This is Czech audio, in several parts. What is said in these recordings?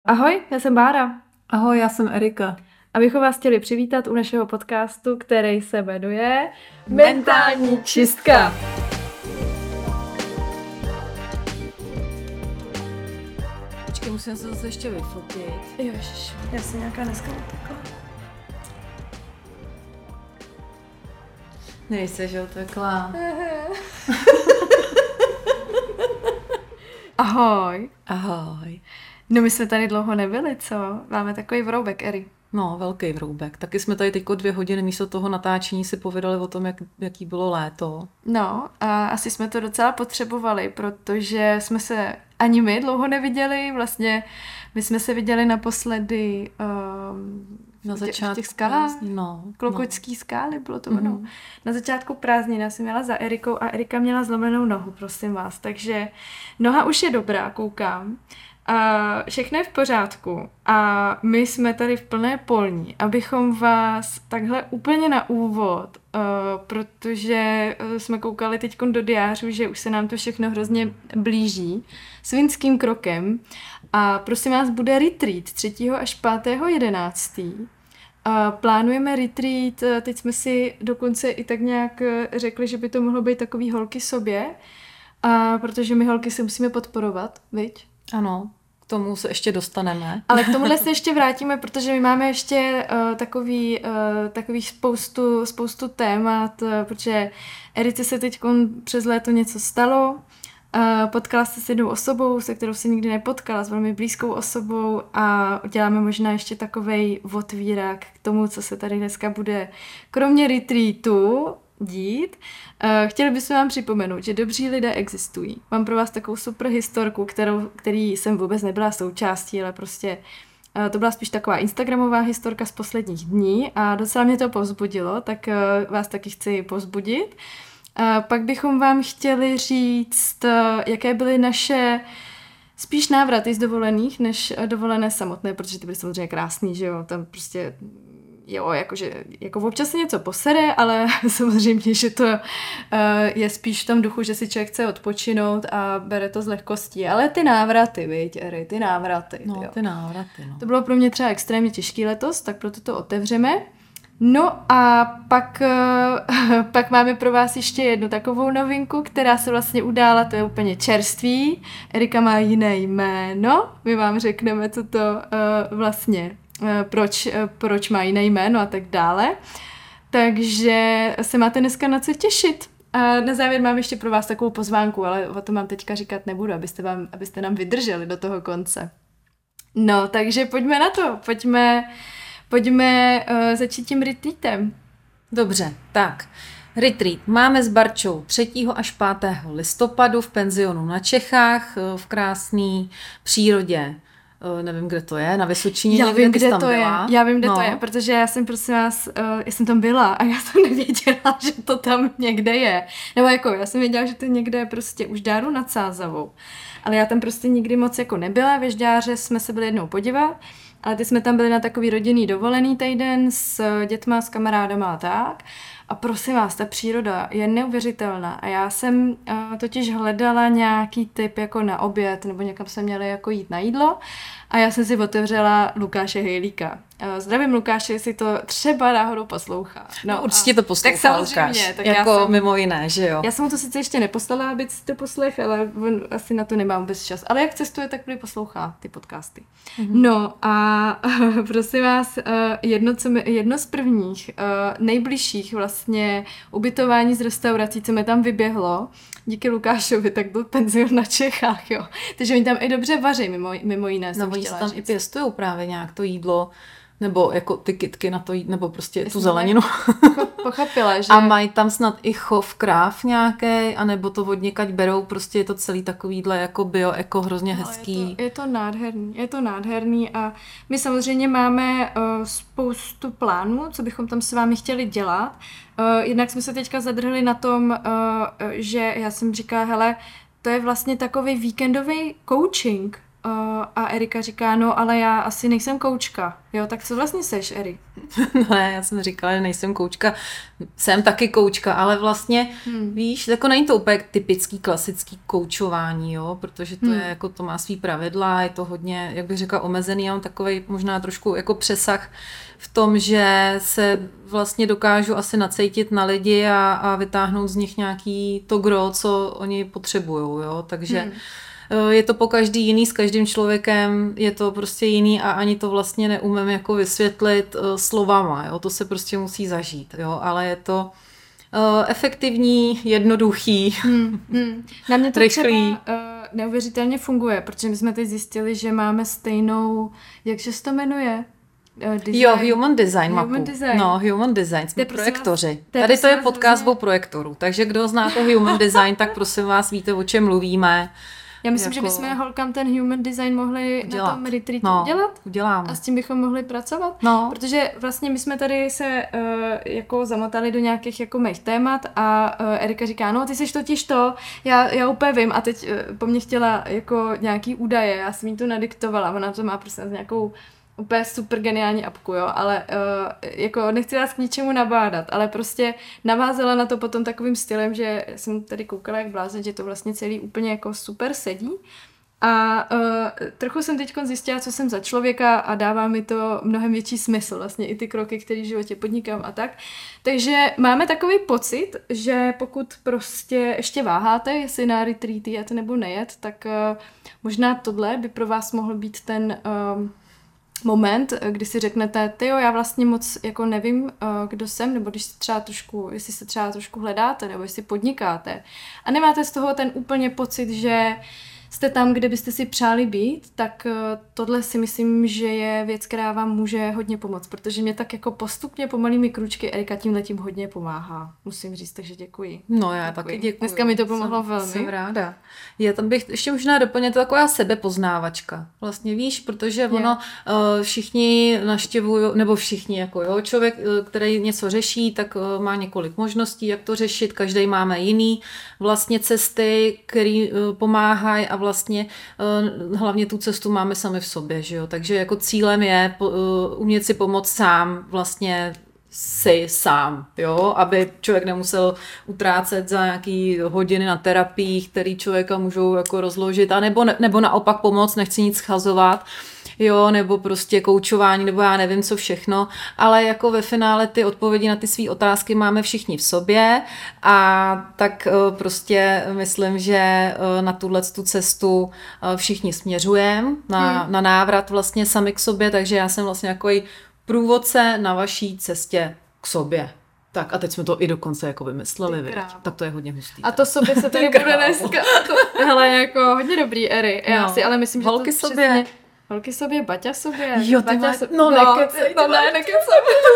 Ahoj, já jsem Bára. Ahoj, já jsem Erika. A bychom vás chtěli přivítat u našeho podcastu, který se jmenuje Mentální čistka. Počkej, musím se zase ještě vyfotit. Ježiš, já jsem nějaká dneska utekla. Nejsi, že utekla. Ahoj. Ahoj. No my jsme tady dlouho nebyli, co? Máme takový vroubek, Eri. No, velký vroubek. Taky jsme tady teďko 2 hodiny místo toho natáčení si povídali o tom, jaký bylo léto. No a asi jsme to docela potřebovali, protože jsme se ani my dlouho neviděli. Vlastně my jsme se viděli naposledy Na začátku v těch skalách. Klokočský skály, bylo to ono. Na začátku prázdnin já jsem měla za Erikou a Erika měla zlomenou nohu, prosím vás. Takže noha už je dobrá, koukám. A všechno je v pořádku a my jsme tady v plné polní, abychom vás takhle úplně na úvod, protože jsme koukali teď do diářů, že už se nám to všechno hrozně blíží svinským krokem a prosím vás, bude retreat 3. až 5. 11. Plánujeme retreat, teď jsme si dokonce i tak nějak řekli, že by to mohlo být takový holky sobě, protože my holky si musíme podporovat, viď? Ano, k tomu se ještě dostaneme. Ale k tomuhle se ještě vrátíme, protože my máme ještě takový spoustu témat, protože Erice se teď přes léto něco stalo, potkala se s jednou osobou, se kterou se nikdy nepotkala, s velmi blízkou osobou a děláme možná ještě takovej otvírák k tomu, co se tady dneska bude kromě retreatu dít. Chtěli bychom vám připomenout, že dobří lidé existují. Mám pro vás takovou super historku, který jsem vůbec nebyla součástí, ale prostě to byla spíš taková instagramová historka z posledních dní a docela mě to povzbudilo, tak vás taky chci povzbudit. Pak bychom vám chtěli říct, jaké byly naše spíš návraty z dovolených, než dovolené samotné, protože ty byly samozřejmě krásný, že jo, tam prostě jo, jako občas se něco posere, ale samozřejmě, že to je spíš v tom duchu, že si člověk chce odpočinout a bere to z lehkostí. Ale ty návraty, viď, Eri, ty návraty. No, jo. ty návraty, no. To bylo pro mě třeba extrémně těžký letos, tak proto to otevřeme. No a pak máme pro vás ještě jednu takovou novinku, která se vlastně udála, to je úplně čerství. Erika má jiné jméno, my vám řekneme, co to vlastně proč má jiné jméno a tak dále. Takže se máte dneska na co těšit. A na závěr mám ještě pro vás takovou pozvánku, ale o tom vám teďka říkat nebudu, abyste nám vydrželi do toho konce. No, takže pojďme na to. Pojďme začít tím retreatem. Dobře, tak. Retreat máme s Barčou 3. až 5. listopadu v penzionu na Čechách v krásné přírodě. Nevím, kde to je, na Vysočině. Já vím, kde to je. Já vím, kde to je, protože já jsem, prosím vás, já jsem tam byla a já jsem nevěděla, že to tam někde je. Nebo jako, já jsem věděla, že to někde je prostě už Žďáru nad Sázavou. Ale já tam prostě nikdy moc jako nebyla, ve Žďáře jsme se byli jednou podívat, ale ty jsme tam byli na takový rodinný dovolený týden s dětma, s kamarádama a tak. A prosím vás, ta příroda je neuvěřitelná. A já jsem totiž hledala nějaký tip jako na oběd, nebo někam jsme měli jako jít na jídlo. A já jsem si otevřela Lukáše Hejlíka. Zdravím Lukáše, jestli to třeba náhodou poslouchá. No určitě to poslouchá, tak samozřejmě, Lukáš. tak jako mimo jiné, že jo? Já jsem mu to sice ještě neposlala, aby si to poslech, ale on asi na to nemám vůbec čas. Ale jak cestuje, tak prý poslouchá ty podcasty. No a prosím vás, jedno z prvních nejbližších vlastně ubytování z restaurací, co mi tam vyběhlo, díky Lukášovi, tak byl penzion na Čechách, jo. Takže oni tam i dobře vaří, mimo jiné. No oni se tam i pěstujou právě nějak to jídlo, nebo jako ty kytky na to jít, nebo prostě tu zeleninu. Pochopila, že... A mají tam snad i chov kráv nějaký, anebo to od někať berou, prostě je to celý takovýhle jako bio, eko, hrozně hezký. Je to nádherný a my samozřejmě máme spoustu plánů, co bychom tam s vámi chtěli dělat. Jednak jsme se teďka zadrhli na tom, že já jsem říkala, hele, to je vlastně takový víkendový coaching, A Erika říká, no ale já asi nejsem koučka. Jo, tak co vlastně seš, Eri? Ne, já jsem říkala, že nejsem koučka. Jsem taky koučka, ale vlastně, víš, jako není to úplně typický klasický koučování, jo, protože to je jako, to má svý pravidla, je to hodně, jak bych řekla, omezený, já mám takovej možná trošku jako přesah v tom, že se vlastně dokážu asi nacejtit na lidi a vytáhnout z nich nějaký to gro, co oni potřebujou, jo, takže je to po každý jiný, s každým člověkem je to prostě jiný a ani to vlastně neumím jako vysvětlit slovama, jo? To se prostě musí zažít, jo? Ale je to efektivní, jednoduchý, Na mě to rychlý. třeba neuvěřitelně funguje, protože my jsme teď zjistili, že máme stejnou, jakže se to jmenuje? Design. Jo, Human Design mapu. Design. No, Human Design, jsme projektoři. Vás, tady to je podcast o projektoru, takže kdo znáte Human Design, tak prosím vás, víte, o čem mluvíme. Já myslím, že bychom holkám ten human design mohli udělat. Na tom retreatu udělat. Uděláme. A s tím bychom mohli pracovat. Protože vlastně my jsme tady se jako zamotali do nějakých jako mých témat a Erika říká, no ty jsi totiž to, já úplně vím a teď po mně chtěla jako nějaký údaje, já jsem jí to nadiktovala, ona to má prostě nějakou úplně super geniální apku, jo, ale jako nechci vás k ničemu nabádat, ale prostě navázala na to potom takovým stylem, že jsem tady koukala jak blázen, že to vlastně celý úplně jako super sedí a trochu jsem teď zjistila, co jsem za člověka a dává mi to mnohem větší smysl, vlastně i ty kroky, které v životě podnikám a tak. Takže máme takový pocit, že pokud prostě ještě váháte, jestli na retreaty jet nebo nejet, tak možná tohle by pro vás mohl být ten moment, kdy si řeknete, tyjo, já vlastně moc jako nevím, kdo jsem, nebo když třeba trošku, jestli se třeba trošku hledáte, nebo jestli podnikáte a nemáte z toho ten úplně pocit, že jste tam, kde byste si přáli být, tak tohle si myslím, že je věc, která vám může hodně pomoct, protože mě tak jako postupně pomalými kručky Erika tímhletím hodně pomáhá, musím říct, takže děkuji. No já taky děkuji. Dneska mi to pomohlo velmi. Jsem ráda. Já tam bych ještě možná doplnila, to taková sebepoznávačka. Vlastně víš, protože ono všichni naštěvují, nebo všichni jako jo, člověk, který něco řeší, tak má několik možností, jak to řešit, každý máme jiný vlastně cesty, které pomáhají a vlastně hlavně tu cestu máme sami v sobě, že jo? Takže jako cílem je umět si pomoct sám, vlastně si sám, jo? Aby člověk nemusel utrácet za nějaký hodiny na terapiích, který člověka můžou jako rozložit, a nebo naopak pomoct, nechci nic schazovat, jo, nebo prostě koučování, nebo já nevím co všechno, ale jako ve finále ty odpovědi na ty své otázky máme všichni v sobě a tak prostě myslím, že na tu cestu všichni směřujeme, na návrat vlastně sami k sobě, takže já jsem vlastně takový průvodce na vaší cestě k sobě. Tak a teď jsme to i dokonce jako vymysleli, tak to je hodně hustý. A to sobě se tady bude dneska. Hele, jako hodně dobrý, Eri. Já si ale myslím, že holky to sobě. Přesně... Holky sobě, Baťa sobě. Jo, ty Baťa no nekecej. No ne, nekecej.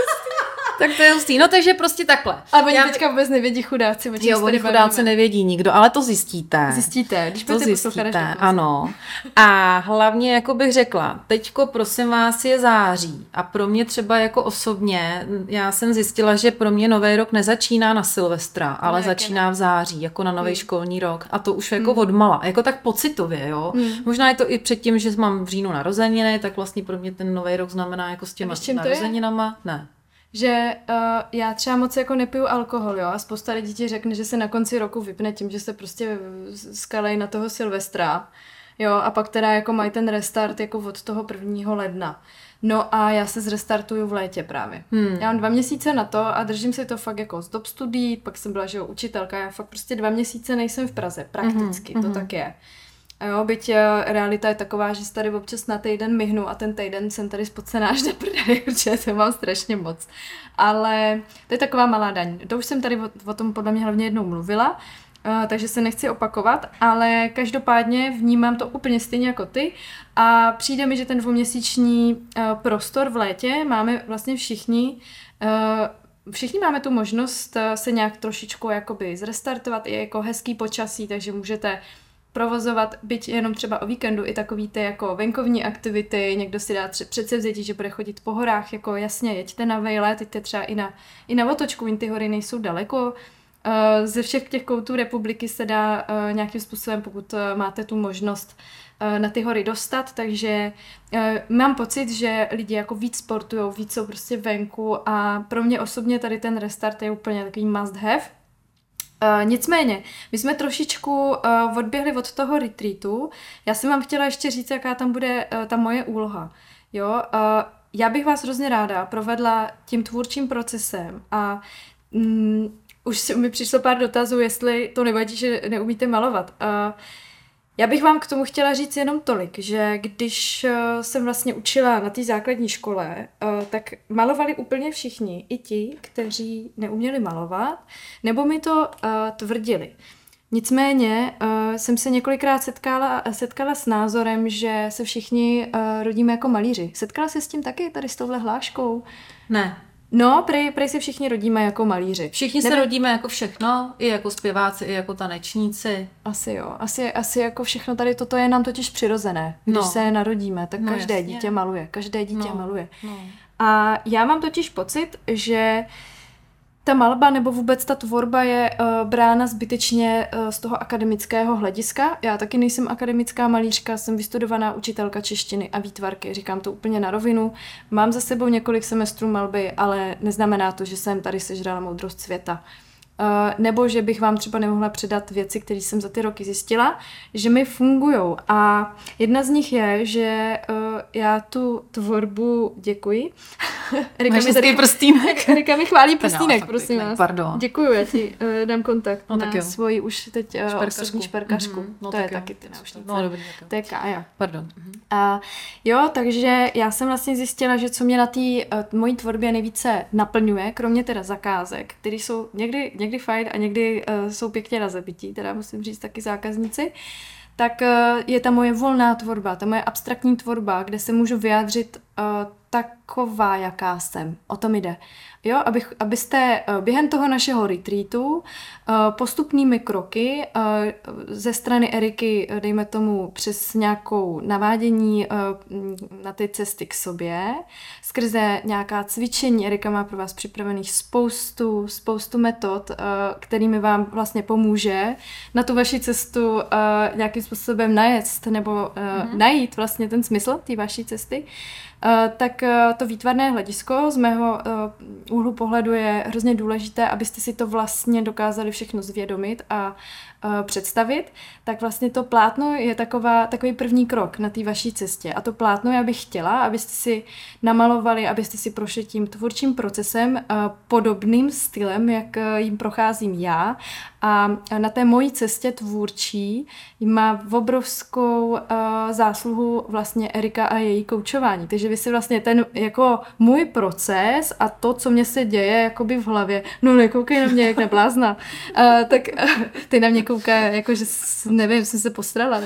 Tak to je hustý. No takže prostě takhle. A oni teďka vůbec nevědí chudáci. Jo, oni chudáci nevědí nikdo, ale to zjistíte. Zjistíte, když to zjistíte, ano. A hlavně, jako bych řekla, teďko prosím vás je září a pro mě třeba jako osobně, já jsem zjistila, že pro mě nový rok nezačíná na Silvestra, ale začíná v září, jako na nový školní rok a to už jako odmala, jako tak pocitově, jo. Možná je to i předtím, že mám v říjnu narozeniny, tak vlastně pro mě ten nový rok znamená jako s těma narozeninama, ne. Že já třeba moc jako nepiju alkohol, jo, a spousta lidí ti řekne, že se na konci roku vypne tím, že se prostě skalej na toho Silvestra, jo, a pak teda jako mají ten restart jako od toho 1. ledna. No a já se zrestartuju v létě právě. Já mám 2 měsíce na to a držím si to fakt jako z dob studií, pak jsem byla, že jo, učitelka, já fakt prostě 2 měsíce nejsem v Praze, prakticky, to tak je. A jo, byť realita je taková, že tady občas na týden myhnu a ten týden jsem tady spocená až do prdele, protože se mám strašně moc. Ale to je taková malá daň. To už jsem tady o tom podle mě hlavně jednou mluvila, takže se nechci opakovat, ale každopádně vnímám to úplně stejně jako ty a přijde mi, že ten 2měsíční prostor v létě máme vlastně všichni. Všichni máme tu možnost se nějak trošičku jakoby zrestartovat, je jako hezký počasí, takže můžete provozovat, byť jenom třeba o víkendu, i takový ty jako venkovní aktivity, někdo si dá předsevzetí, že bude chodit po horách, jako jasně, jeďte na vejlet, jeďte třeba i na Otočku, ty hory nejsou daleko, Ze všech těch koutů republiky se dá nějakým způsobem, pokud máte tu možnost, na ty hory dostat, takže mám pocit, že lidi jako víc sportujou, víc jsou prostě venku a pro mě osobně tady ten restart je úplně takový must have. Nicméně, my jsme trošičku odběhli od toho retreatu. Já jsem vám chtěla ještě říct, jaká tam bude ta moje úloha. Jo? Já bych vás hrozně ráda provedla tím tvůrčím procesem a už mi přišlo pár dotazů, jestli to nevadí, že neumíte malovat. Já bych vám k tomu chtěla říct jenom tolik, že když jsem vlastně učila na té základní škole, tak malovali úplně všichni, i ti, kteří neuměli malovat, nebo mi to tvrdili. Nicméně jsem se několikrát setkala s názorem, že se všichni rodíme jako malíři. Setkala se s tím taky, tady s touhle hláškou? Ne. No, prej se všichni rodíme jako malíři. Všichni se rodíme jako všechno, i jako zpěváci, i jako tanečníci. Asi jo, asi jako všechno tady toto je nám totiž přirozené. Když se narodíme, tak každé dítě maluje, maluje. No. A já mám totiž pocit, že ta malba nebo vůbec ta tvorba je brána zbytečně z toho akademického hlediska. Já taky nejsem akademická malířka, jsem vystudovaná učitelka češtiny a výtvarky, říkám to úplně na rovinu. Mám za sebou několik semestrů malby, ale neznamená to, že jsem tady sežrala moudrost světa. Nebo že bych vám třeba nemohla předat věci, které jsem za ty roky zjistila, že mi fungujou. A jedna z nich je, že já tu tvorbu děkuji. Erika mi chválí prstínek, prosím vás. Pardon. Děkuju, já ti dám kontakt na svoji už teď osobní šperkařku. No, to je taky ty náušnice. No, dobrý, to je Kája. Pardon. A jo, takže já jsem vlastně zjistila, že co mě na té mojí tvorbě nejvíce naplňuje, kromě teda zakázek, které jsou někdy fajn a někdy jsou pěkně na zabití, teda musím říct taky zákazníci, tak je ta moje volná tvorba, ta moje abstraktní tvorba, kde se můžu vyjádřit taková, jaká jsem. O tom jde. Jo, abyste během toho našeho retreatu postupnými kroky ze strany Eriky, dejme tomu přes nějakou navádění na ty cesty k sobě, skrze nějaká cvičení, Erika má pro vás připravených spoustu metod, kterými vám vlastně pomůže na tu vaši cestu nějakým způsobem najet nebo najít vlastně ten smysl té vaší cesty. Tak to výtvarné hledisko z mého úhlu pohledu je hrozně důležité, abyste si to vlastně dokázali všechno zvědomit a představit, tak vlastně to plátno je takový první krok na té vaší cestě. A to plátno já bych chtěla, abyste si namalovali, abyste si prošli tím tvůrčím procesem podobným stylem, jak jim procházím já. A na té mojí cestě tvůrčí má obrovskou zásluhu vlastně Erika a její koučování. Takže vy si vlastně ten jako můj proces a to, co mě se děje jakoby v hlavě, no nekoukej na mě jak na blázna, tak ty na mě kouká, jakože nevím, jsem se postrala.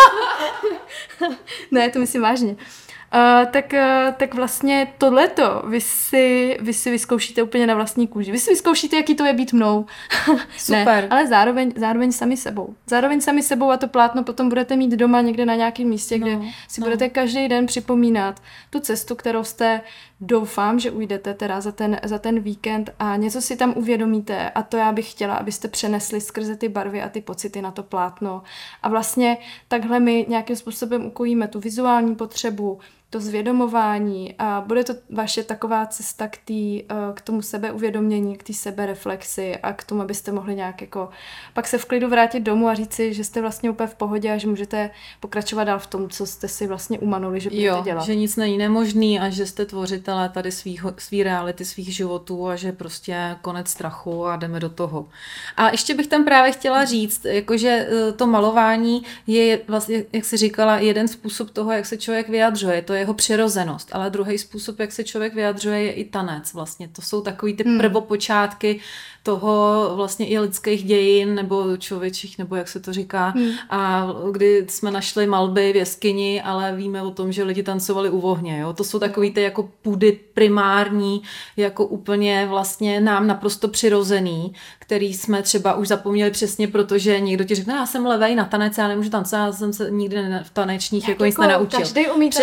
Ne, to myslím vážně. Tak vlastně tohleto vy si vyzkoušíte úplně na vlastní kůži. Vy si vyzkoušíte, jaký to je být mnou. Super. Ne, ale zároveň sami sebou. Zároveň sami sebou a to plátno potom budete mít doma někde na nějakém místě, kde si budete každý den připomínat tu cestu, kterou jste, doufám, že ujdete teda za ten víkend a něco si tam uvědomíte a to já bych chtěla, abyste přenesli skrze ty barvy a ty pocity na to plátno. A vlastně takhle my nějakým způsobem ukojíme tu vizuální potřebu, to zvědomování a bude to vaše taková cesta k tomu sebeuvědomění, k té sebereflexi a k tomu, abyste mohli nějak jako pak se v klidu vrátit domů a říct si, že jste vlastně úplně v pohodě a že můžete pokračovat dál v tom, co jste si vlastně umanuli, že budete dělat. Že nic není nemožný a že jste tvořitelé tady svý reality, svých životů a že prostě konec strachu a jdeme do toho. A ještě bych tam právě chtěla říct, jakože to malování je vlastně, jak jsi říkala, jeden způsob toho, jak se člověk vyjadřuje, to je jeho přirozenost, ale druhý způsob, jak se člověk vyjadřuje, je i tanec vlastně. To jsou takový ty prvopočátky toho vlastně i lidských dějin, nebo člověčích, nebo jak se to říká. A kdy jsme našli malby v jeskyni, ale víme o tom, že lidi tancovali u ohně. Jo? To jsou takový ty jako půdy primární, jako úplně vlastně nám naprosto přirozený, který jsme třeba už zapomněli přesně, protože někdo ti řekne, já jsem levej na tanec, já nemůžu tancovat, já jsem se nikdy v tanečních jako nic nenaučil. Každý umí přesně, tancovat.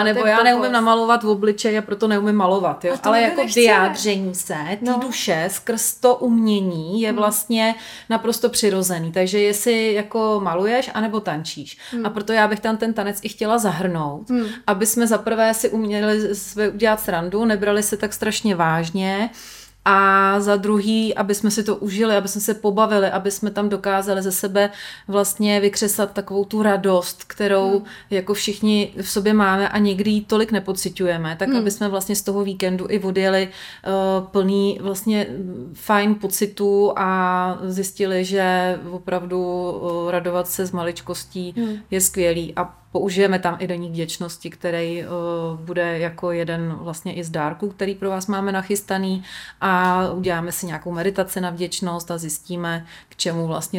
nebo já neumím namalovat v obličeji a proto neumím malovat, jo. Ale jako vyjádření se, duše skrz to umění je vlastně naprosto přirozený. Takže jestli jako maluješ, anebo tančíš. A proto já bych tam ten tanec i chtěla zahrnout, aby jsme zaprvé si uměli udělat srandu, nebrali se tak strašně vážně, a za druhý, aby jsme si to užili, aby jsme se pobavili, aby jsme tam dokázali ze sebe vlastně vykřesat takovou tu radost, kterou jako všichni v sobě máme a někdy ji tolik nepociťujeme, tak aby jsme vlastně z toho víkendu i odjeli plný vlastně fajn pocitů a zjistili, že opravdu radovat se z maličkostí je skvělý a použijeme tam i deník vděčnosti, který bude jako jeden vlastně i z dárků, který pro vás máme nachystaný a uděláme si nějakou meditaci na vděčnost a zjistíme, k čemu vlastně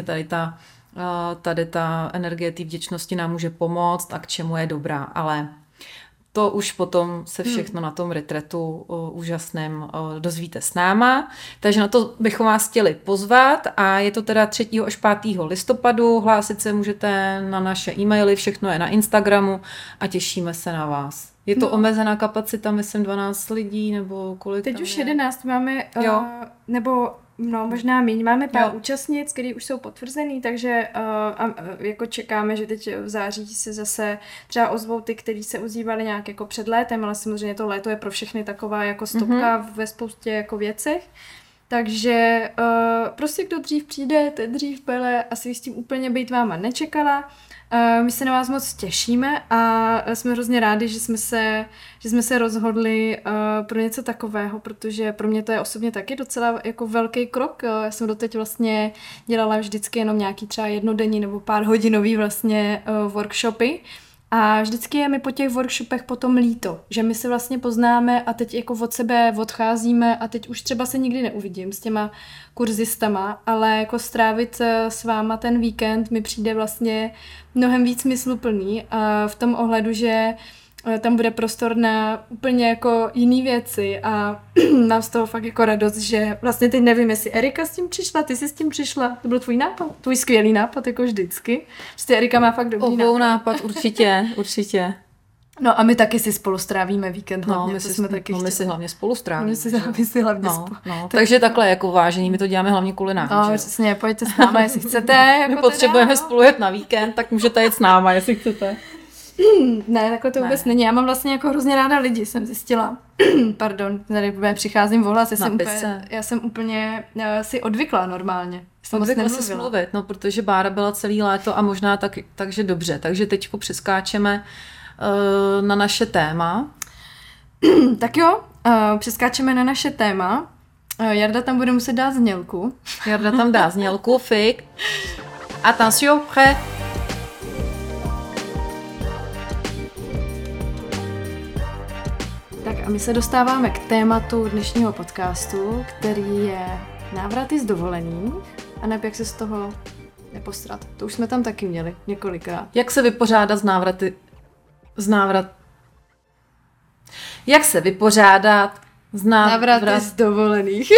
tady ta energie té vděčnosti nám může pomoct a k čemu je dobrá, ale to už potom se všechno na tom retreatu úžasném dozvíte s náma. Takže na to bychom vás chtěli pozvat a je to teda 3. až 5. listopadu. Hlásit se můžete na naše e-maily, všechno je na Instagramu a těšíme se na vás. Je to omezená kapacita, myslím 12 lidí, nebo kolik teď tam už je? 11 máme, nebo možná míň. Máme pár účastnic, který už jsou potvrzený, takže jako čekáme, že teď v září se zase třeba ozvou ty, kteří se ozývali nějak jako před létem, ale samozřejmě to léto je pro všechny taková jako stopka ve spoustě jako věcech. Takže prostě kdo dřív přijde, ten dřív pele, asi s tím úplně být váma nečekala. My se na vás moc těšíme a jsme hrozně rádi, že jsme se rozhodli pro něco takového, protože pro mě to je osobně taky docela jako velký krok. Já jsem doteď vlastně dělala vždycky jenom nějaký třeba jednodenní nebo pár hodinový vlastně workshopy. A vždycky je mi po těch workshopech potom líto, že my se vlastně poznáme a teď jako od sebe odcházíme a teď už třeba se nikdy neuvidím s těma kurzistama, ale jako strávit s váma ten víkend mi přijde vlastně mnohem víc smysluplný v tom ohledu, že tam bude prostor na úplně jako jiný věci a mám z toho fakt jako radost, že vlastně teď nevím, jestli Erika s tím přišla, ty jsi s tím přišla, to byl tvůj nápad, tvůj skvělý nápad, jako vždycky. Prostě Erika má fakt dobrý nápad. Určitě. No a my taky si spolu strávíme víkend. My si hlavně spolu strávíme. Takže takhle jako vážení, my to děláme hlavně kvůli nám. No, přesně, pojďte s náma, jestli chcete. Jako my potřebujeme spolu jet na víkend, tak můžete jet s náma, jestli chcete. Ne, takhle to vůbec není. Já mám vlastně jako hrozně ráda lidi, jsem zjistila. Pardon, tady přicházím v ohlas, já jsem úplně si odvykla normálně. Odvykla si mluvit, no, protože Bára byla celý léto a možná takže dobře. Takže teď přeskáčeme na naše téma. Tak jo, přeskáčeme na naše téma. Jarda tam bude muset dát znělku. Jarda tam dá znělku, fik. Attention, prêt. Tak a my se dostáváme k tématu dnešního podcastu, který je návraty z dovolených a jak se z toho nepostrat. To už jsme tam taky měli několikrát. Jak se vypořádat Jak se vypořádat návraty z dovolených.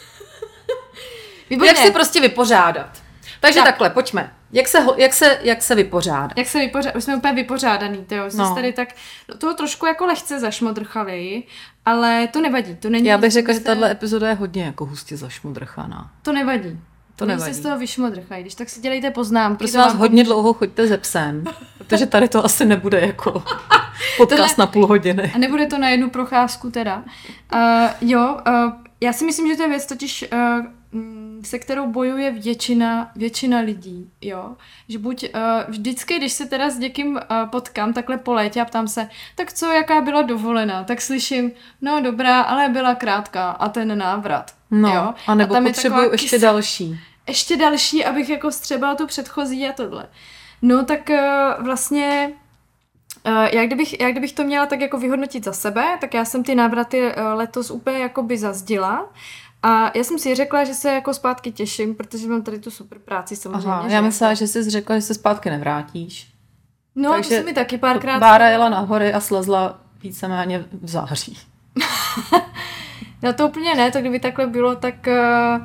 Jak se prostě vypořádat. Takže takhle, pojďme. Jak se vypořádat? Jak se vypořádat? Už jsme úplně vypořádaný, jsme tady tak toho trošku jako lehce zašmodrchali, ale to nevadí. To není. Já bych řekla, že tahle epizoda je hodně jako hustě zašmodrchaná. To nevadí. To nevadí. Se z toho vyšmodrchají, když tak si dělejte poznámky. Prosím vás, hodně dlouho choďte ze psem, protože tady to asi nebude jako podcast na půl hodiny. A nebude to na jednu procházku teda. Já si myslím, že to je věc totiž, se kterou bojuje většina lidí, jo. Že buď vždycky, když se teda s někým potkám takhle po létě a ptám se, tak co, jaká byla dovolená, tak slyším, no dobrá, ale byla krátká a ten návrat. No, jo? a nebo potřebuju ještě další. Ještě další, abych jako vstřebala tu předchozí a tohle. No tak vlastně, jak kdybych to měla tak jako vyhodnotit za sebe, tak já jsem ty návraty letos úplně jakoby zazdila. A já jsem si řekla, že se jako zpátky těším, protože mám tady tu super práci samozřejmě. Aha, já myslela, že jsi řekla, že se zpátky nevrátíš. No, takže to se mi taky párkrát... Bára jela na hory a slezla víceméně v září. No to úplně ne, to kdyby takhle bylo, tak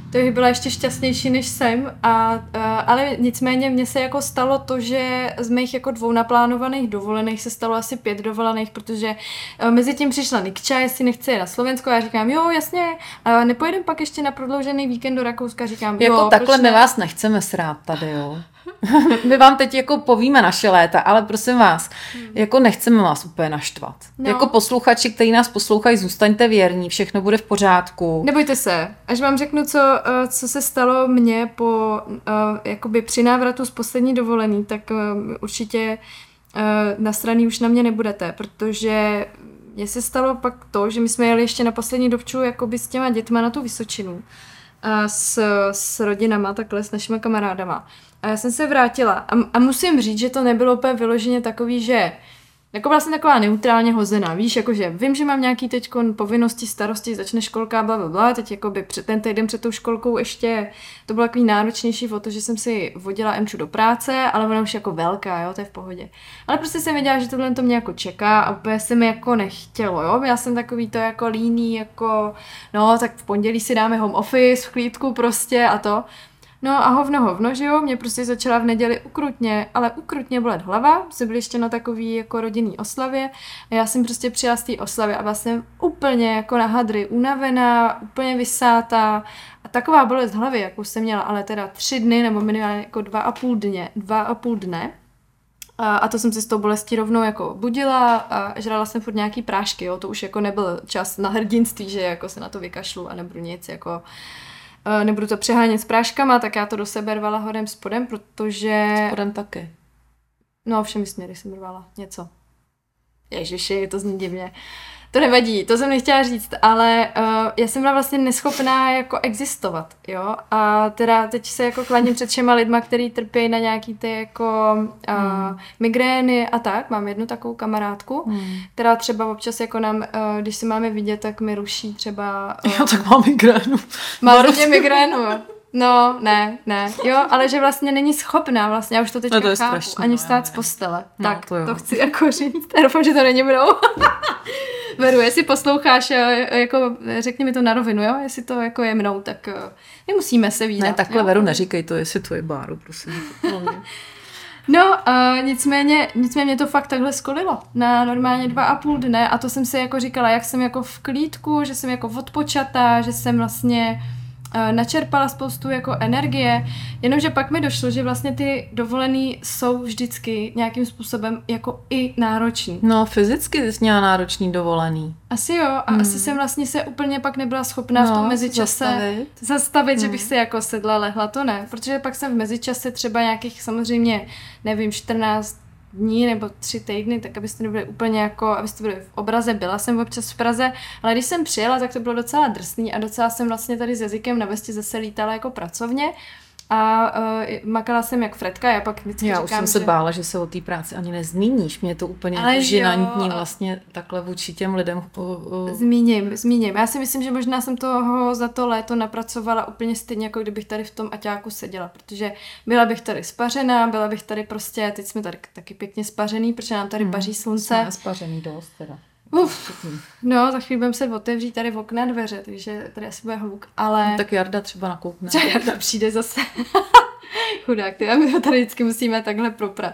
To bych byla ještě šťastnější, než jsem, ale nicméně mně se jako stalo to, že z mých jako 2 naplánovaných dovolených se stalo asi 5 dovolených, protože mezi tím přišla Nikča, jestli nechce na Slovensko, já říkám, jo, jasně, a nepojedem pak ještě na prodloužený víkend do Rakouska, říkám, jako jo, takhle my vás nechceme srát tady, jo. My vám teď jako povíme naše léta, ale prosím vás, jako nechceme vás úplně naštvat. No. Jako posluchači, kteří nás poslouchají, zůstaňte věrní, všechno bude v pořádku. Nebojte se, až vám řeknu, co se stalo mně po jakoby při návratu z poslední dovolený, tak určitě nasraný už na mě nebudete, protože mně se stalo pak to, že my jsme jeli ještě na poslední dovču jakoby s těma dětma na tu Vysočinu a s rodinama, takhle s našima kamarádama. A já jsem se vrátila a musím říct, že to nebylo úplně vyloženě takový, že jako vlastně taková neutrálně hozená, víš, jakože vím, že mám nějaký teďko povinnosti, starosti, začne školka, blablabla, teď jakoby ten týden před tou školkou ještě to bylo takový náročnější o to, že jsem si vodila Emču do práce, ale ona už jako velká, jo, to je v pohodě. Ale prostě jsem věděla, že tohle to mě jako čeká a úplně se mi jako nechtělo, jo, já jsem takový to jako líný, jako no, tak v pondělí si dáme home office, v klídku prostě a to. No a hovno, že jo, mě prostě začala v neděli ukrutně bolet hlava, jsme byli ještě na takový jako rodinný oslavě a já jsem prostě přijela z té oslavy a byla jsem úplně jako na hadry, unavená, úplně vysátá a taková bolest hlavy, jakou jsem měla, ale teda 3 dny nebo minimálně jako 2,5 dne. A to jsem si s tou bolestí rovnou jako budila a žrala jsem furt nějaký prášky, jo, to už jako nebyl čas na hrdinství, že jako se na to vykašlu a nebudu nic jako... Nebudu to přehánět s práškama, tak já to do sebe rvala hodem spodem, protože... Spodem taky. No, všemi směry jsem rvala něco. Ježiši, to zní divně. To nevadí, to jsem nechtěla říct, ale já jsem byla vlastně neschopná jako existovat, jo. A teda teď se jako klaním před všema lidma, který trpí na nějaký ty jako migrény a tak. Mám jednu takovou kamarádku, která třeba občas jako nám, když se máme vidět, tak mi ruší třeba... Já tak mám migrénu. Má hodně migrénu, no, ne, jo, ale že vlastně není schopná vlastně, já už to teďka chápu, ani vstát z postele. No, tak, to chci jako říct, já doufám, že to není mnou. Veru, jestli posloucháš, jako řekni mi to na rovinu, jo, jestli to jako je mnou, tak nemusíme se vídat. Ne, takhle jo? Veru, neříkej to, jestli to je Báru, prosím. No, nicméně mě to fakt takhle skolilo na normálně 2,5 dne a to jsem si jako říkala, jak jsem jako v klídku, že jsem jako odpočatá, že jsem vlastně načerpala spoustu jako energie, jenomže pak mi došlo, že vlastně ty dovolený jsou vždycky nějakým způsobem jako i náročný. No, fyzicky jsi měla náročný dovolený. Asi jo, a asi jsem vlastně se úplně pak nebyla schopná v tom mezičase zastavit, že bych se jako sedla, lehla, to ne, protože pak jsem v mezičase třeba nějakých samozřejmě, nevím, 14 dní nebo 3 týdny, tak abyste nebyli úplně jako, abyste byli v obraze, byla jsem občas v Praze, ale když jsem přijela, tak to bylo docela drsný a docela jsem vlastně tady s jazykem na vesti zase lítala jako pracovně a makala jsem jak Fredka, já pak vždycky říkám, už jsem se bála, že se o té práci ani nezmíníš, mě je to úplně žinantní vlastně takhle vůči těm lidem. Zmíním. Já si myslím, že možná jsem toho za to léto napracovala úplně stejně, jako kdybych tady v tom aťáku seděla, protože byla bych tady spařená, byla bych tady prostě, teď jsme tady taky pěkně spařený, protože nám tady paří slunce. Jsme spařený dost teda. No, za chvíli budeme se otevřít tady v okna dveře, takže tady asi bude hluk, ale... No, tak Jarda třeba nakoukne. Třeba Jarda přijde zase. Chudák, ty, a my ho tady vždycky musíme takhle proprat.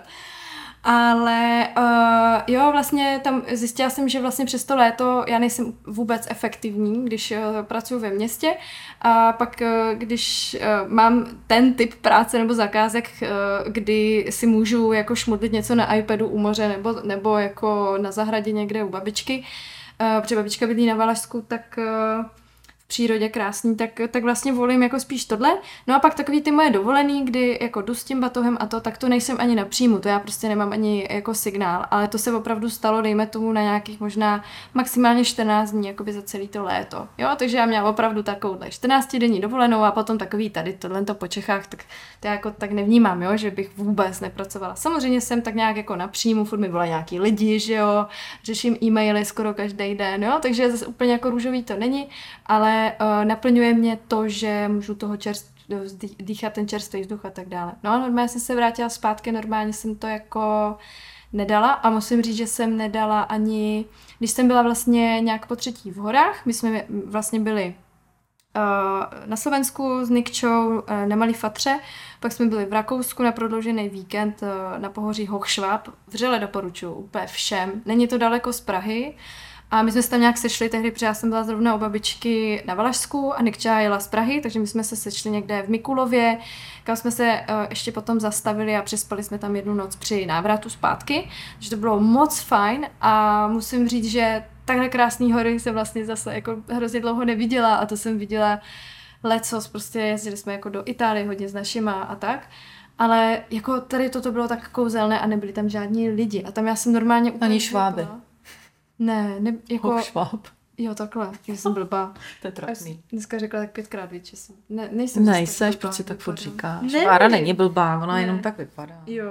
Ale jo, vlastně tam zjistila jsem, že vlastně přes to léto já nejsem vůbec efektivní, když pracuji ve městě a pak když mám ten typ práce nebo zakázek, kdy si můžu jako šmudlit něco na iPadu u moře nebo jako na zahradě někde u babičky, protože babička bydlí na Valašsku, tak v přírodě krásný, tak vlastně volím jako spíš tohle. No a pak takový ty moje dovolený, kdy jako jdu s tím batohem a to, tak to nejsem ani napříjmu, to já prostě nemám ani jako signál, ale to se opravdu stalo, dejme tomu na nějakých možná maximálně 14 dní, jakoby za celý to léto. Jo, takže já měla opravdu takovouhle 14 denní dovolenou a potom takový tady tohle po Čechách, tak to já jako tak nevnímám, jo, že bych vůbec nepracovala. Samozřejmě jsem tak nějak jako napříjmu, furt mi byla nějaký lidi, že jo, řeším e-maily skoro každý den, jo, takže zase úplně jako růžový to není, ale naplňuje mě to, že můžu toho dýchat ten čerstvý vzduch a tak dále. No a normálně jsem se vrátila zpátky, normálně jsem to jako nedala a musím říct, že jsem nedala ani, když jsem byla vlastně nějak po 3. v horách, my jsme vlastně byli na Slovensku s Nikčou na Malý Fatře, pak jsme byli v Rakousku na prodloužený víkend na pohoří Hochschwab. Vřele doporučuji úplně všem. Není to daleko z Prahy a my jsme se tam nějak sešli tehdy, protože já jsem byla zrovna u babičky na Valašsku a Nikča jela z Prahy, takže my jsme se sešli někde v Mikulově, kam jsme se ještě potom zastavili a přespali jsme tam jednu noc při návratu zpátky, takže to bylo moc fajn a musím říct, že takhle krásný hory jsem vlastně zase jako hrozně dlouho neviděla a to jsem viděla lecos, prostě jezdili jsme jako do Itálie hodně s našima a tak, ale jako tady toto bylo tak kouzelné a nebyli tam žádní lidi a tam já jsem normálně úplně... Ani Šváby. Ne, jako... Hochschwab. Jo, takhle, já jsem blbá. To je trapný. Dneska řekla tak 5krát víc, že jsem... Nejsem Nejseš, proč si tak furt říkáš? Bára není blbá, ona jenom tak vypadá. Jo.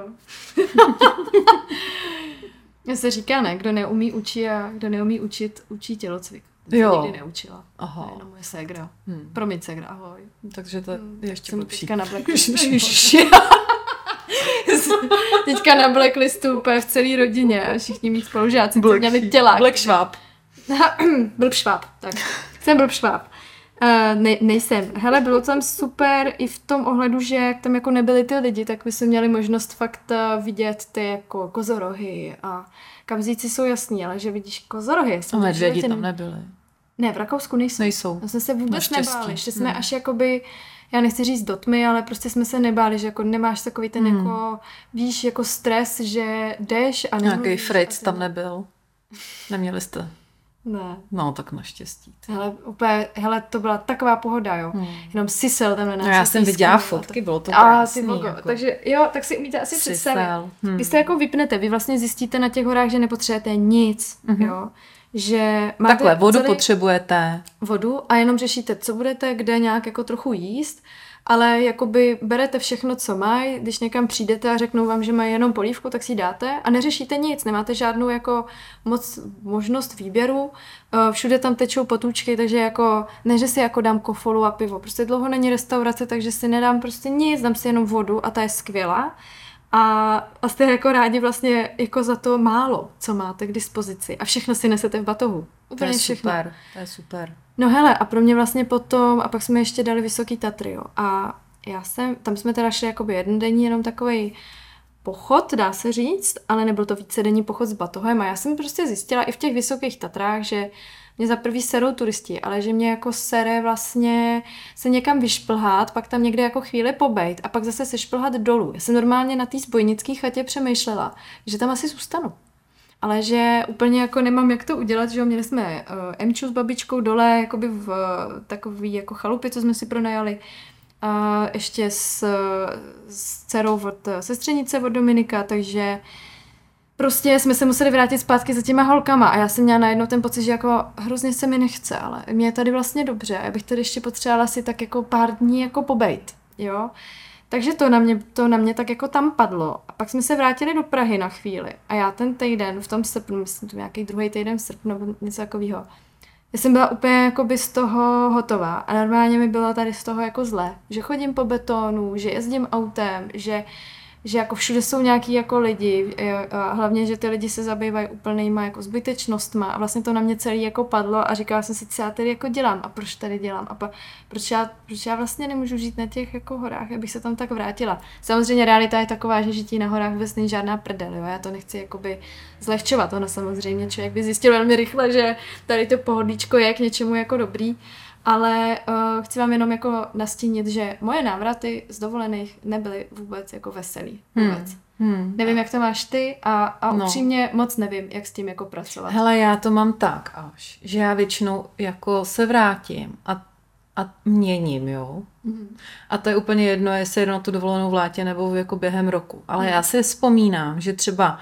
Já se říká, ne, kdo neumí učit a kdo neumí učit, učí tělocvik. To jo. Nikdy neučila. Aha. Jenom moje ségra. Promiň, ségra, ahoj. Takže to je ještě jsem lepší. teďka na blacklistu. Teďka na blacklistu úplně v celé rodině a všichni mý spolužáci měli tělák. Black Schwab. Blbšváb, tak. Jsem blbšváb. Nejsem. Hele, bylo tam super i v tom ohledu, že jak tam jako nebyli ty lidi, tak by se měli možnost fakt vidět ty jako kozorohy a kamzíci jsou jasný, ale že vidíš kozorohy. A medvědi tam nebyli. Ne, v Rakousku nejsou. My jsme se vůbec nebáli, že jsme až jakoby, já nechci říct do tmy, ale prostě jsme se nebáli, že jako nemáš takový ten jako, víš, jako stres, že jdeš a nemluvíš. Nějaký Fritz tam nebyl. Neměli jste? Ne. No, tak naštěstí. Hele, to byla taková pohoda, jo. Jenom sisel tam na nás. No, já jsem viděla fotky, bylo to krásný. Jako. Takže jo, tak si umíte asi představit. Vy se jako vypnete, vy vlastně zjistíte na těch horách, že nepotřebujete nic, jo. Že máte takhle, vodu potřebujete. Vodu a jenom řešíte, co budete, kde nějak jako trochu jíst, ale jakoby berete všechno, co mají, když někam přijdete a řeknou vám, že mají jenom polívku, tak si ji dáte a neřešíte nic, nemáte žádnou jako možnost výběru, všude tam tečou potůčky, takže jako, ne, že si jako dám kofolu a pivo, prostě dlouho není restaurace, takže si nedám prostě nic, dám si jenom vodu a ta je skvělá. A jste jako rádi vlastně jako za to málo, co máte k dispozici. A všechno si nesete v batohu. Úplně všechno. To je super. No hele, a pro mě vlastně potom, a pak jsme ještě dali Vysoký Tatry, jo. A tam jsme teda šli jakoby jednodenní, jenom takovej pochod, dá se říct, ale nebyl to vícedenní pochod s batohem. A já jsem prostě zjistila i v těch Vysokých Tatrách, že mě za prvý serou turisti, ale že mě jako sere vlastně se někam vyšplhat, pak tam někde jako chvíli pobejt a pak zase se šplhat dolů. Já jsem normálně na té zbojnické chatě přemýšlela, že tam asi zůstanu. Ale že úplně jako nemám jak to udělat, že jo, měli jsme Emču s babičkou dole, jakoby v takový jako chalupě, co jsme si pronajali. A ještě s dcerou od sestřenice od Dominika, takže prostě jsme se museli vrátit zpátky za těma holkama a já jsem měla najednou ten pocit, že jako hrozně se mi nechce, ale mě je tady vlastně dobře a já bych tady ještě potřebovala si tak jako pár dní jako pobejt, jo. Takže to na mě tak jako tam padlo. A pak jsme se vrátili do Prahy na chvíli a já ten týden v tom srpnu, myslím, to nějaký druhý týden v srpnu nebo něco takového, já jsem byla úplně jakoby z toho hotová a normálně mi bylo tady z toho jako zle, že chodím po betonu, že jezdím autem, že jako všude jsou nějaký jako lidi, a hlavně, že ty lidi se zabývají úplnýma jako zbytečnostma a vlastně to na mě celý jako padlo a říkala jsem si, co já tady jako dělám a proč tady dělám a proč já vlastně nemůžu žít na těch jako horách, abych se tam tak vrátila. Samozřejmě realita je taková, že žití na horách vůbec není žádná prdel, jo? Já to nechci jakoby zlehčovat, ono samozřejmě člověk by zjistil velmi rychle, že tady to pohodlíčko je k něčemu jako dobrý. Ale chci vám jenom jako nastínit, že moje návraty z dovolených nebyly vůbec jako veselý. Vůbec. Nevím, jak to máš ty a upřímně moc nevím, jak s tím jako pracovat. Hele, já to mám tak až, že já většinou jako se vrátím a měním, jo. A to je úplně jedno, jestli jedu na tu dovolenou v létě nebo jako během roku. Ale já si vzpomínám, že třeba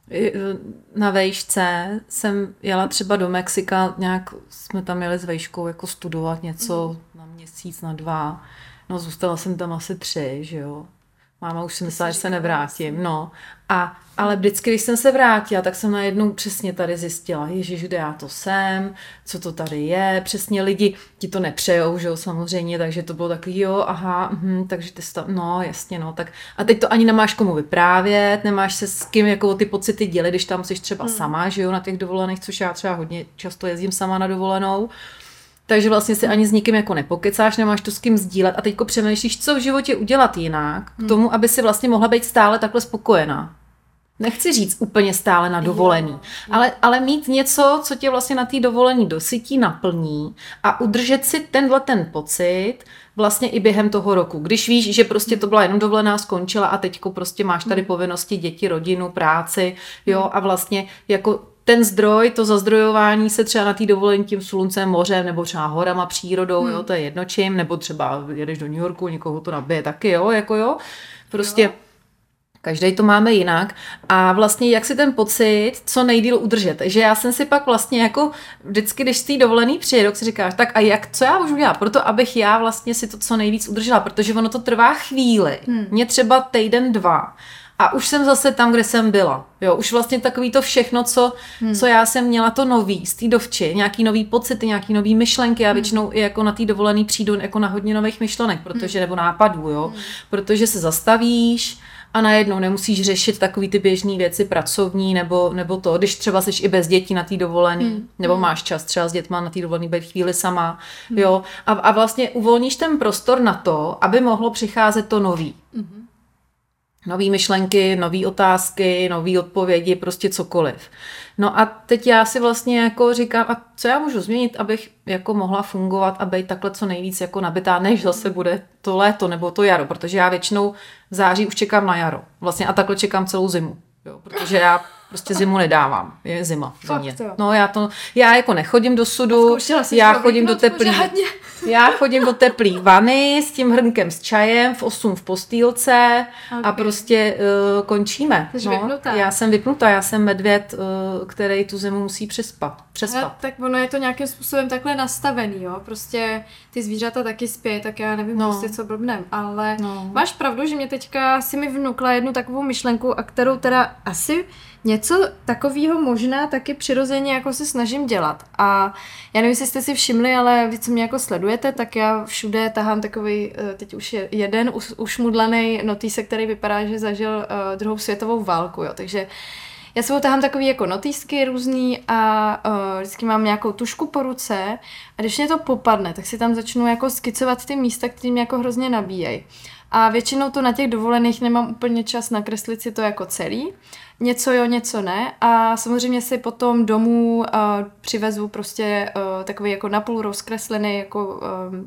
na vejšce jsem jela třeba do Mexika, nějak jsme tam jeli s vejškou jako studovat něco na měsíc, na 2. No zůstala jsem tam asi 3, že jo. Máma už si myslela, že se nevrátím, no. Ale vždycky, když jsem se vrátila, tak jsem najednou přesně tady zjistila, ježiš, kde já to jsem, co to tady je, přesně lidi ti to nepřejou, že jo, samozřejmě, takže to bylo takový, jo, aha, takže ty stav, no, jasně, no, tak a teď to ani nemáš komu vyprávět, nemáš se s kým jako ty pocity dělit, když tam jsi třeba sama, že jo, na těch dovolených, což já třeba hodně často jezdím sama na dovolenou, takže vlastně si ani s nikým jako nepokecáš, nemáš to s kým sdílet a teďko přemýšlíš, co v životě udělat jinak k tomu, aby si vlastně mohla být stále takhle spokojená. Nechci říct úplně stále na dovolený, ale mít něco, co tě vlastně na té dovolení dosytí, naplní a udržet si ten pocit vlastně i během toho roku. Když víš, že prostě to byla jenom dovolená, skončila a teďko prostě máš tady povinnosti, děti, rodinu, práci, jo, a vlastně jako ten zdroj, to zazdrojování se třeba na té dovolení tím sluncem, mořem nebo třeba horama, přírodou, jo, to je jedno čím, nebo třeba jedeš do New Yorku, někoho to nabije taky, jo, jako jo, prostě... Jo. Každý to máme jinak a vlastně jak si ten pocit co nejdýl udržet. Takže já jsem si pak vlastně jako vždycky, když z té dovolený přijedu, si říkáš, tak a co já můžu dělat? Proto, abych já vlastně si to co nejvíc udržela, protože ono to trvá chvíli. Mě třeba týden, 2. A už jsem zase tam, kde jsem byla. Jo, už vlastně takový to všechno, co já jsem měla, to nový z té dovči, nějaký nový pocity, nějaký nový myšlenky. Já většinou i jako na té dovolený přijdu jako na hodně nových myšlenek, protože nebo nápadů, jo, protože se zastavíš a najednou nemusíš řešit takový ty běžné věci pracovní nebo to, když třeba jsi i bez dětí na té dovolený, nebo máš čas třeba s dětma na té dovolený být chvíli sama, jo, a vlastně uvolníš ten prostor na to, aby mohlo přicházet to nový. Nový myšlenky, nový otázky, nový odpovědi, prostě cokoliv. No a teď já si vlastně jako říkám, a co já můžu změnit, abych jako mohla fungovat a být takhle co nejvíc jako nabitá, než zase bude to léto nebo to jaro, protože já většinou v září už čekám na jaro. Vlastně a takhle čekám celou zimu. Jo, protože já prostě zimu nedávám. Je zima v zimě. No já jako nechodím do sudu, já chodím do teplý. Já chodím do teplý vany s tím hrnkem s čajem v 8 v postýlce a prostě končíme. Já jsem vypnutá, já jsem medvěd, který tu zimu musí přespat. Tak ono je to nějakým způsobem takhle nastavený, jo. Prostě ty zvířata taky spějí, tak já nevím prostě co blbnem, ale máš pravdu, že mě teďka si mi vnukla jednu takovou myšlenku, a kterou teda asi něco takového možná taky přirozeně jako se snažím dělat. A já nevím, jestli jste si všimli, ale vy, co mě jako sledujete, tak já všude tahám takový, teď už je jeden ušmudlaný notýsek, který vypadá, že zažil 2. světovou válku, jo. Takže já sebou tahám takový jako notýsky různý a vždycky mám nějakou tušku po ruce a když mě to popadne, tak si tam začnu jako skicovat ty místa, které mě jako hrozně nabíjejí. A většinou to na těch dovolených nemám úplně čas nakreslit si to jako celý. Něco jo, něco ne. A samozřejmě si potom domů přivezu prostě takový jako napůl rozkreslený jako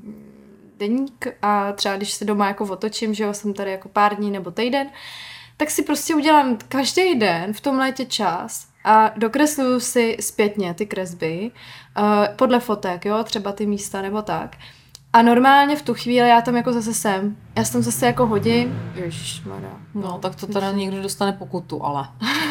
deník a třeba když se doma jako otočím, že jo, jsem tady jako pár dní nebo týden, tak si prostě udělám každý den v tom létě čas a dokresluju si zpětně ty kresby podle fotek, jo, třeba ty místa nebo tak. A normálně v tu chvíli já tam jako zase jsem. Já se tam zase jako hodím. Ježišmarja. No, tak to teda někdo dostane pokutu, ale.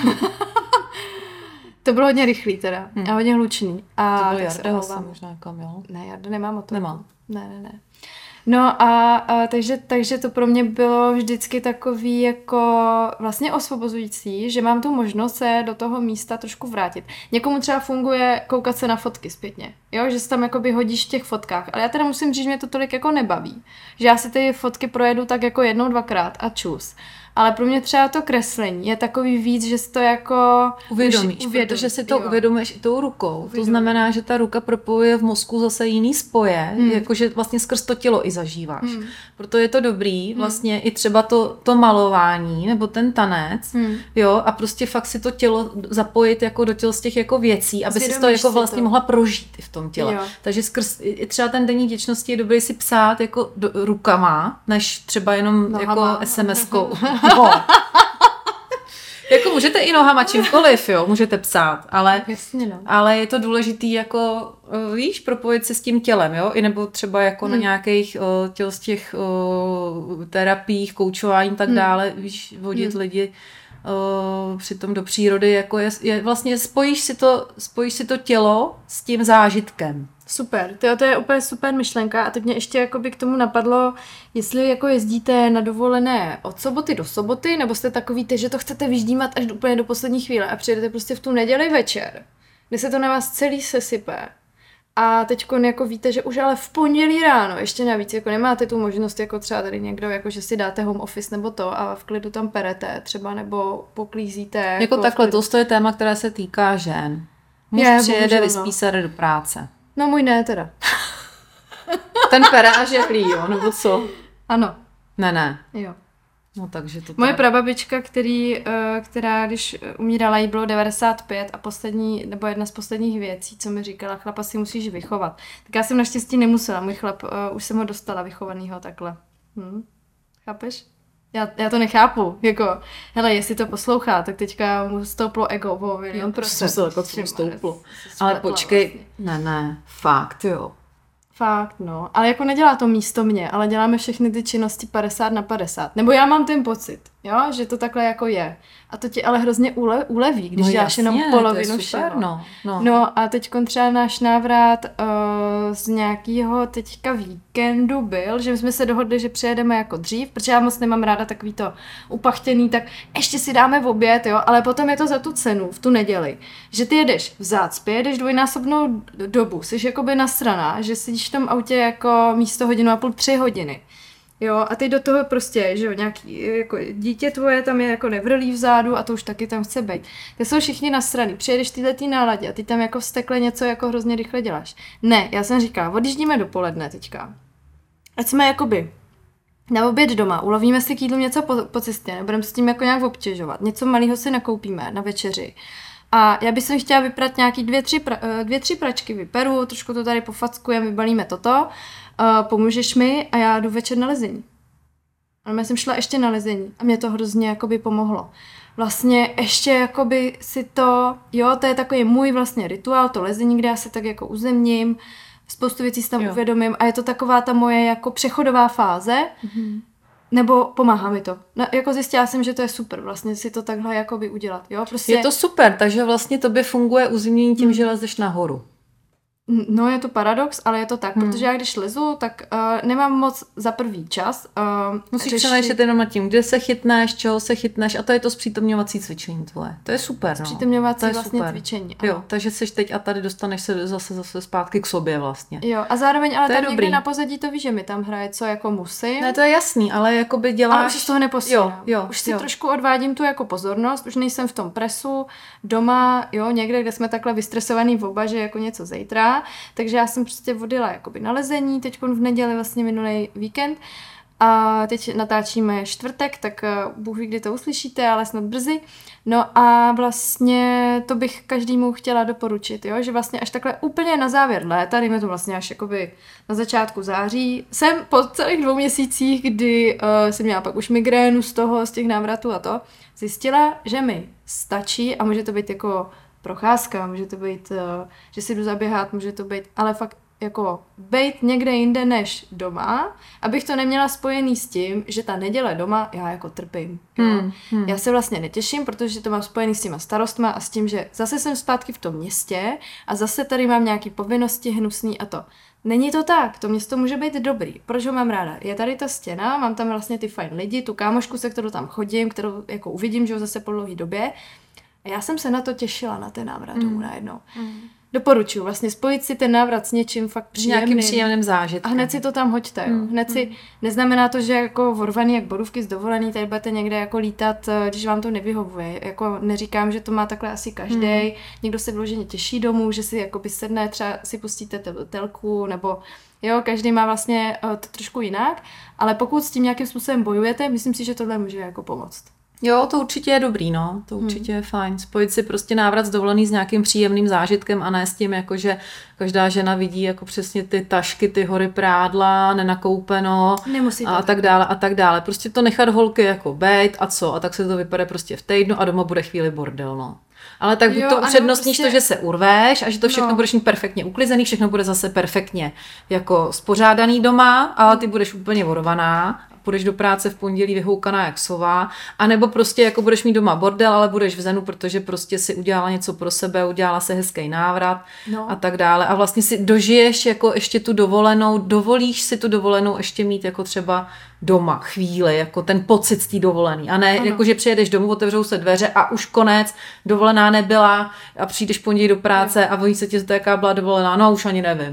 To bylo hodně rychlý teda. A hodně hlučný. A to byl Jarda asi možná kam, jo? Ne, Jarda nemá motor. Nemá. Ne. No a takže to pro mě bylo vždycky takový jako vlastně osvobozující, že mám tu možnost se do toho místa trošku vrátit. Někomu třeba funguje koukat se na fotky zpětně, jo, že se tam jakoby hodíš v těch fotkách, ale já teda musím říct, že mě to tolik jako nebaví, že já si ty fotky projedu tak jako 1, 2krát a čus. Ale pro mě třeba to kreslení je takový víc, že si to jako uvědomíš, protože si to uvědomíš i tou rukou. To znamená, že ta ruka propojuje v mozku zase jiný spoje, jakože vlastně skrz to tělo i zažíváš. Proto je to dobrý, vlastně i třeba to malování nebo ten tanec, jo, a prostě fakt si to tělo zapojit jako do těl z těch jako věcí, aby si to jako vlastně mohla prožít i v tom těle. Jo. Takže skrz i třeba ten denní vděčnosti je dobrý si psát jako rukama, než třeba jenom jako SMS-kou. No. Jako můžete i nohama čímkoliv, jo, můžete psát, ale, jasně, no. Ale je to důležitý jako, víš, propojit se s tím tělem, jo, i nebo třeba jako na nějakých z těch terapiích, koučování tak dále, víš, vodit lidi přitom do přírody, jako je vlastně spojíš si to tělo s tím zážitkem. Super, to je úplně super myšlenka a teď mě ještě jakoby k tomu napadlo, jestli jako jezdíte na dovolené od soboty do soboty, nebo jste takový, že to chcete vyždímat až úplně do poslední chvíle a přijedete prostě v tu neděli večer, kdy se to na vás celý sesype. A teďko jako víte, že už ale v pondělí ráno ještě navíc jako nemáte tu možnost jako třeba tady někdo, jako že si dáte home office nebo to a v klidu tam perete třeba nebo poklízíte. Jako takhle, to je téma, které se týká žen. Muž přijede, vyspí se, jde do práce. No můj ne teda. ten pere a žehlí, jo, nebo co? Ano. Ne. Jo. No takže to Moje tak. prababička, která když umírala, jí bylo 95 a nebo jedna z posledních věcí, co mi říkala, chlapa si musíš vychovat. Tak já jsem naštěstí nemusela, můj chlap, už jsem ho dostala vychovanýho takhle. Chápeš? Já to nechápu, jako, hele, jestli to poslouchá, tak teďka mu stouplo ego, Jo, prostě se jako stouplo. Ale počkej, vlastně. Ne, fakt, jo. Fakt, no. Ale jako nedělá to místo mě, ale děláme všechny ty činnosti 50/50. Nebo já mám ten pocit, jo, že to takhle jako je. A to ti ale hrozně uleví, když děláš jenom polovinu všeho. No a teď třeba náš návrat z nějakého teďka víkendu byl, že jsme se dohodli, že přijedeme jako dřív, protože já moc nemám ráda takový to upachtěný, tak ještě si dáme v oběd, jo, ale potom je to za tu cenu v tu neděli, že ty jedeš v zácpě, jedeš dvojnásobnou dobu, jsi jakoby nasraná, že sedíš v tom autě jako místo 1,5 hodiny, 3 hodiny. Jo, a teď do toho prostě, že jo, nějaký, jako dítě tvoje tam je jako nevrlý vzadu a to už taky tam chce být. Ty jsou všichni nasraný, přijedeš tyhletý náladě a ty tam jako vztekle něco jako hrozně rychle děláš. Ne, já jsem říkala, odjíždíme dopoledne teďka. Ať jsme jakoby na oběd doma, ulovíme si k jídlu něco po cestě, nebudeme s tím jako nějak obtěžovat, něco malého si nakoupíme na večeři. A já bych chtěla vyprat nějaký 2-3 pračky, vyperu, trošku to tady pofackujeme, vybalíme toto, pomůžeš mi a já jdu večer na lezení. A já jsem šla ještě na lezení a mě to hrozně jakoby pomohlo. Vlastně ještě jakoby si to, jo, to je takový můj vlastně rituál, to lezení, kde já se tak jako uzemním, spoustu věcí si tam uvědomím a je to taková ta moje jako přechodová fáze, nebo pomáhá mi to. No, jako zjistila jsem, že to je super vlastně si to takhle jakoby udělat. Jo? Prostě... Je to super, takže vlastně tobě funguje uzemnění tím, že lezeš nahoru. No je to paradox, ale je to tak, protože já když lezu, tak nemám moc za prvý čas. Musíš přemýšlet jenom nad tím, kde se chytneš, čeho se chytneš a to je to zpřítomňovací cvičení tvoje. To je super. Zpřítomňovací vlastně super. Cvičení. Ano. Jo, takže seš teď a tady dostaneš se zase zpátky k sobě vlastně. Jo, a zároveň ale to tam někde na pozadí to víš, že mi tam hraje, co jako musím. Ne, to je jasný, ale jakoby děláš... Ale už z toho neposílám. Jo, už si trošku odvádím tu jako pozornost, už nejsem v tom presu, doma, jo, někde, kde jsme takhle vystresovaný v oba, že jako něco zítra. Takže já jsem prostě odjela jakoby na lezení, teď v neděli vlastně minulý víkend a teď natáčíme čtvrtek, tak Bůh ví, kdy to uslyšíte, ale snad brzy. No a vlastně to bych každému chtěla doporučit, jo? Že vlastně až takhle úplně na závěr léta, dejme to vlastně až jakoby na začátku září, jsem po celých 2 měsících, kdy jsem měla pak už migrénu z těch návratů a to, zjistila, že mi stačí a může to být jako procházka, může to být, že si jdu zaběhat, může to být, ale fakt jako bejt někde jinde než doma, abych to neměla spojený s tím, že ta neděle doma já jako trpím. Já se vlastně netěším, protože to mám spojený s těma starostma a s tím, že zase jsem zpátky v tom městě a zase tady mám nějaký povinnosti hnusný a to. Není to tak, to město může být dobrý. Proč ho mám ráda? Je tady ta stěna, mám tam vlastně ty fajn lidi, tu kámošku, se kterou tam chodím, kterou jako uvidím, že ho zase po dlouhý době. A já jsem se na to těšila, na ten návrat domů najednou. Doporučuji vlastně spojit si ten návrat s něčím fakt příjemným. Nějakým příjemným zážitkem. A hned si to tam hoďte. Hned si, neznamená to, že jako vorvaný jak borůvky z dovolený, tady budete někde jako lítat, když vám to nevyhovuje. Jako neříkám, že to má takhle asi každý. Někdo se vyloženě těší domů, že si jakoby sedne, třeba si pustíte telku, nebo jo, každý má vlastně to trošku jinak, ale pokud s tím nějakým způsobem bojujete, myslím si, že tohle může jako pomoct. Jo, to určitě je dobrý, no. To určitě je fajn. Spojit si prostě návrat z dovolený s nějakým příjemným zážitkem a ne s tím, jako že každá žena vidí jako přesně ty tašky, ty hory prádla, nenakoupeno a tak dále a tak dále. Prostě to nechat holky jako bejt a co? A tak se to vypadá prostě v týdnu a doma bude chvíli bordel, no. Ale tak jo, to upřednostníš prostě... to, že se urveš a že to všechno budeš mít perfektně uklizený, všechno bude zase perfektně jako spořádaný doma, ale ty budeš úplně vorovaná. Půjdeš do práce v pondělí vyhoukaná jak sova, anebo prostě jako budeš mít doma bordel, ale budeš v zenu, protože prostě si udělala něco pro sebe, udělala se hezký návrat a tak dále. A vlastně si dožiješ jako ještě tu dovolenou, dovolíš si tu dovolenou ještě mít jako třeba doma chvíli, jako ten pocit z té dovolený. A ne jako, že přijedeš domů, otevřou se dveře a už konec, dovolená nebyla a přijdeš pondělí do práce a oni se ti zde, jaká byla dovolená, no už ani nevím.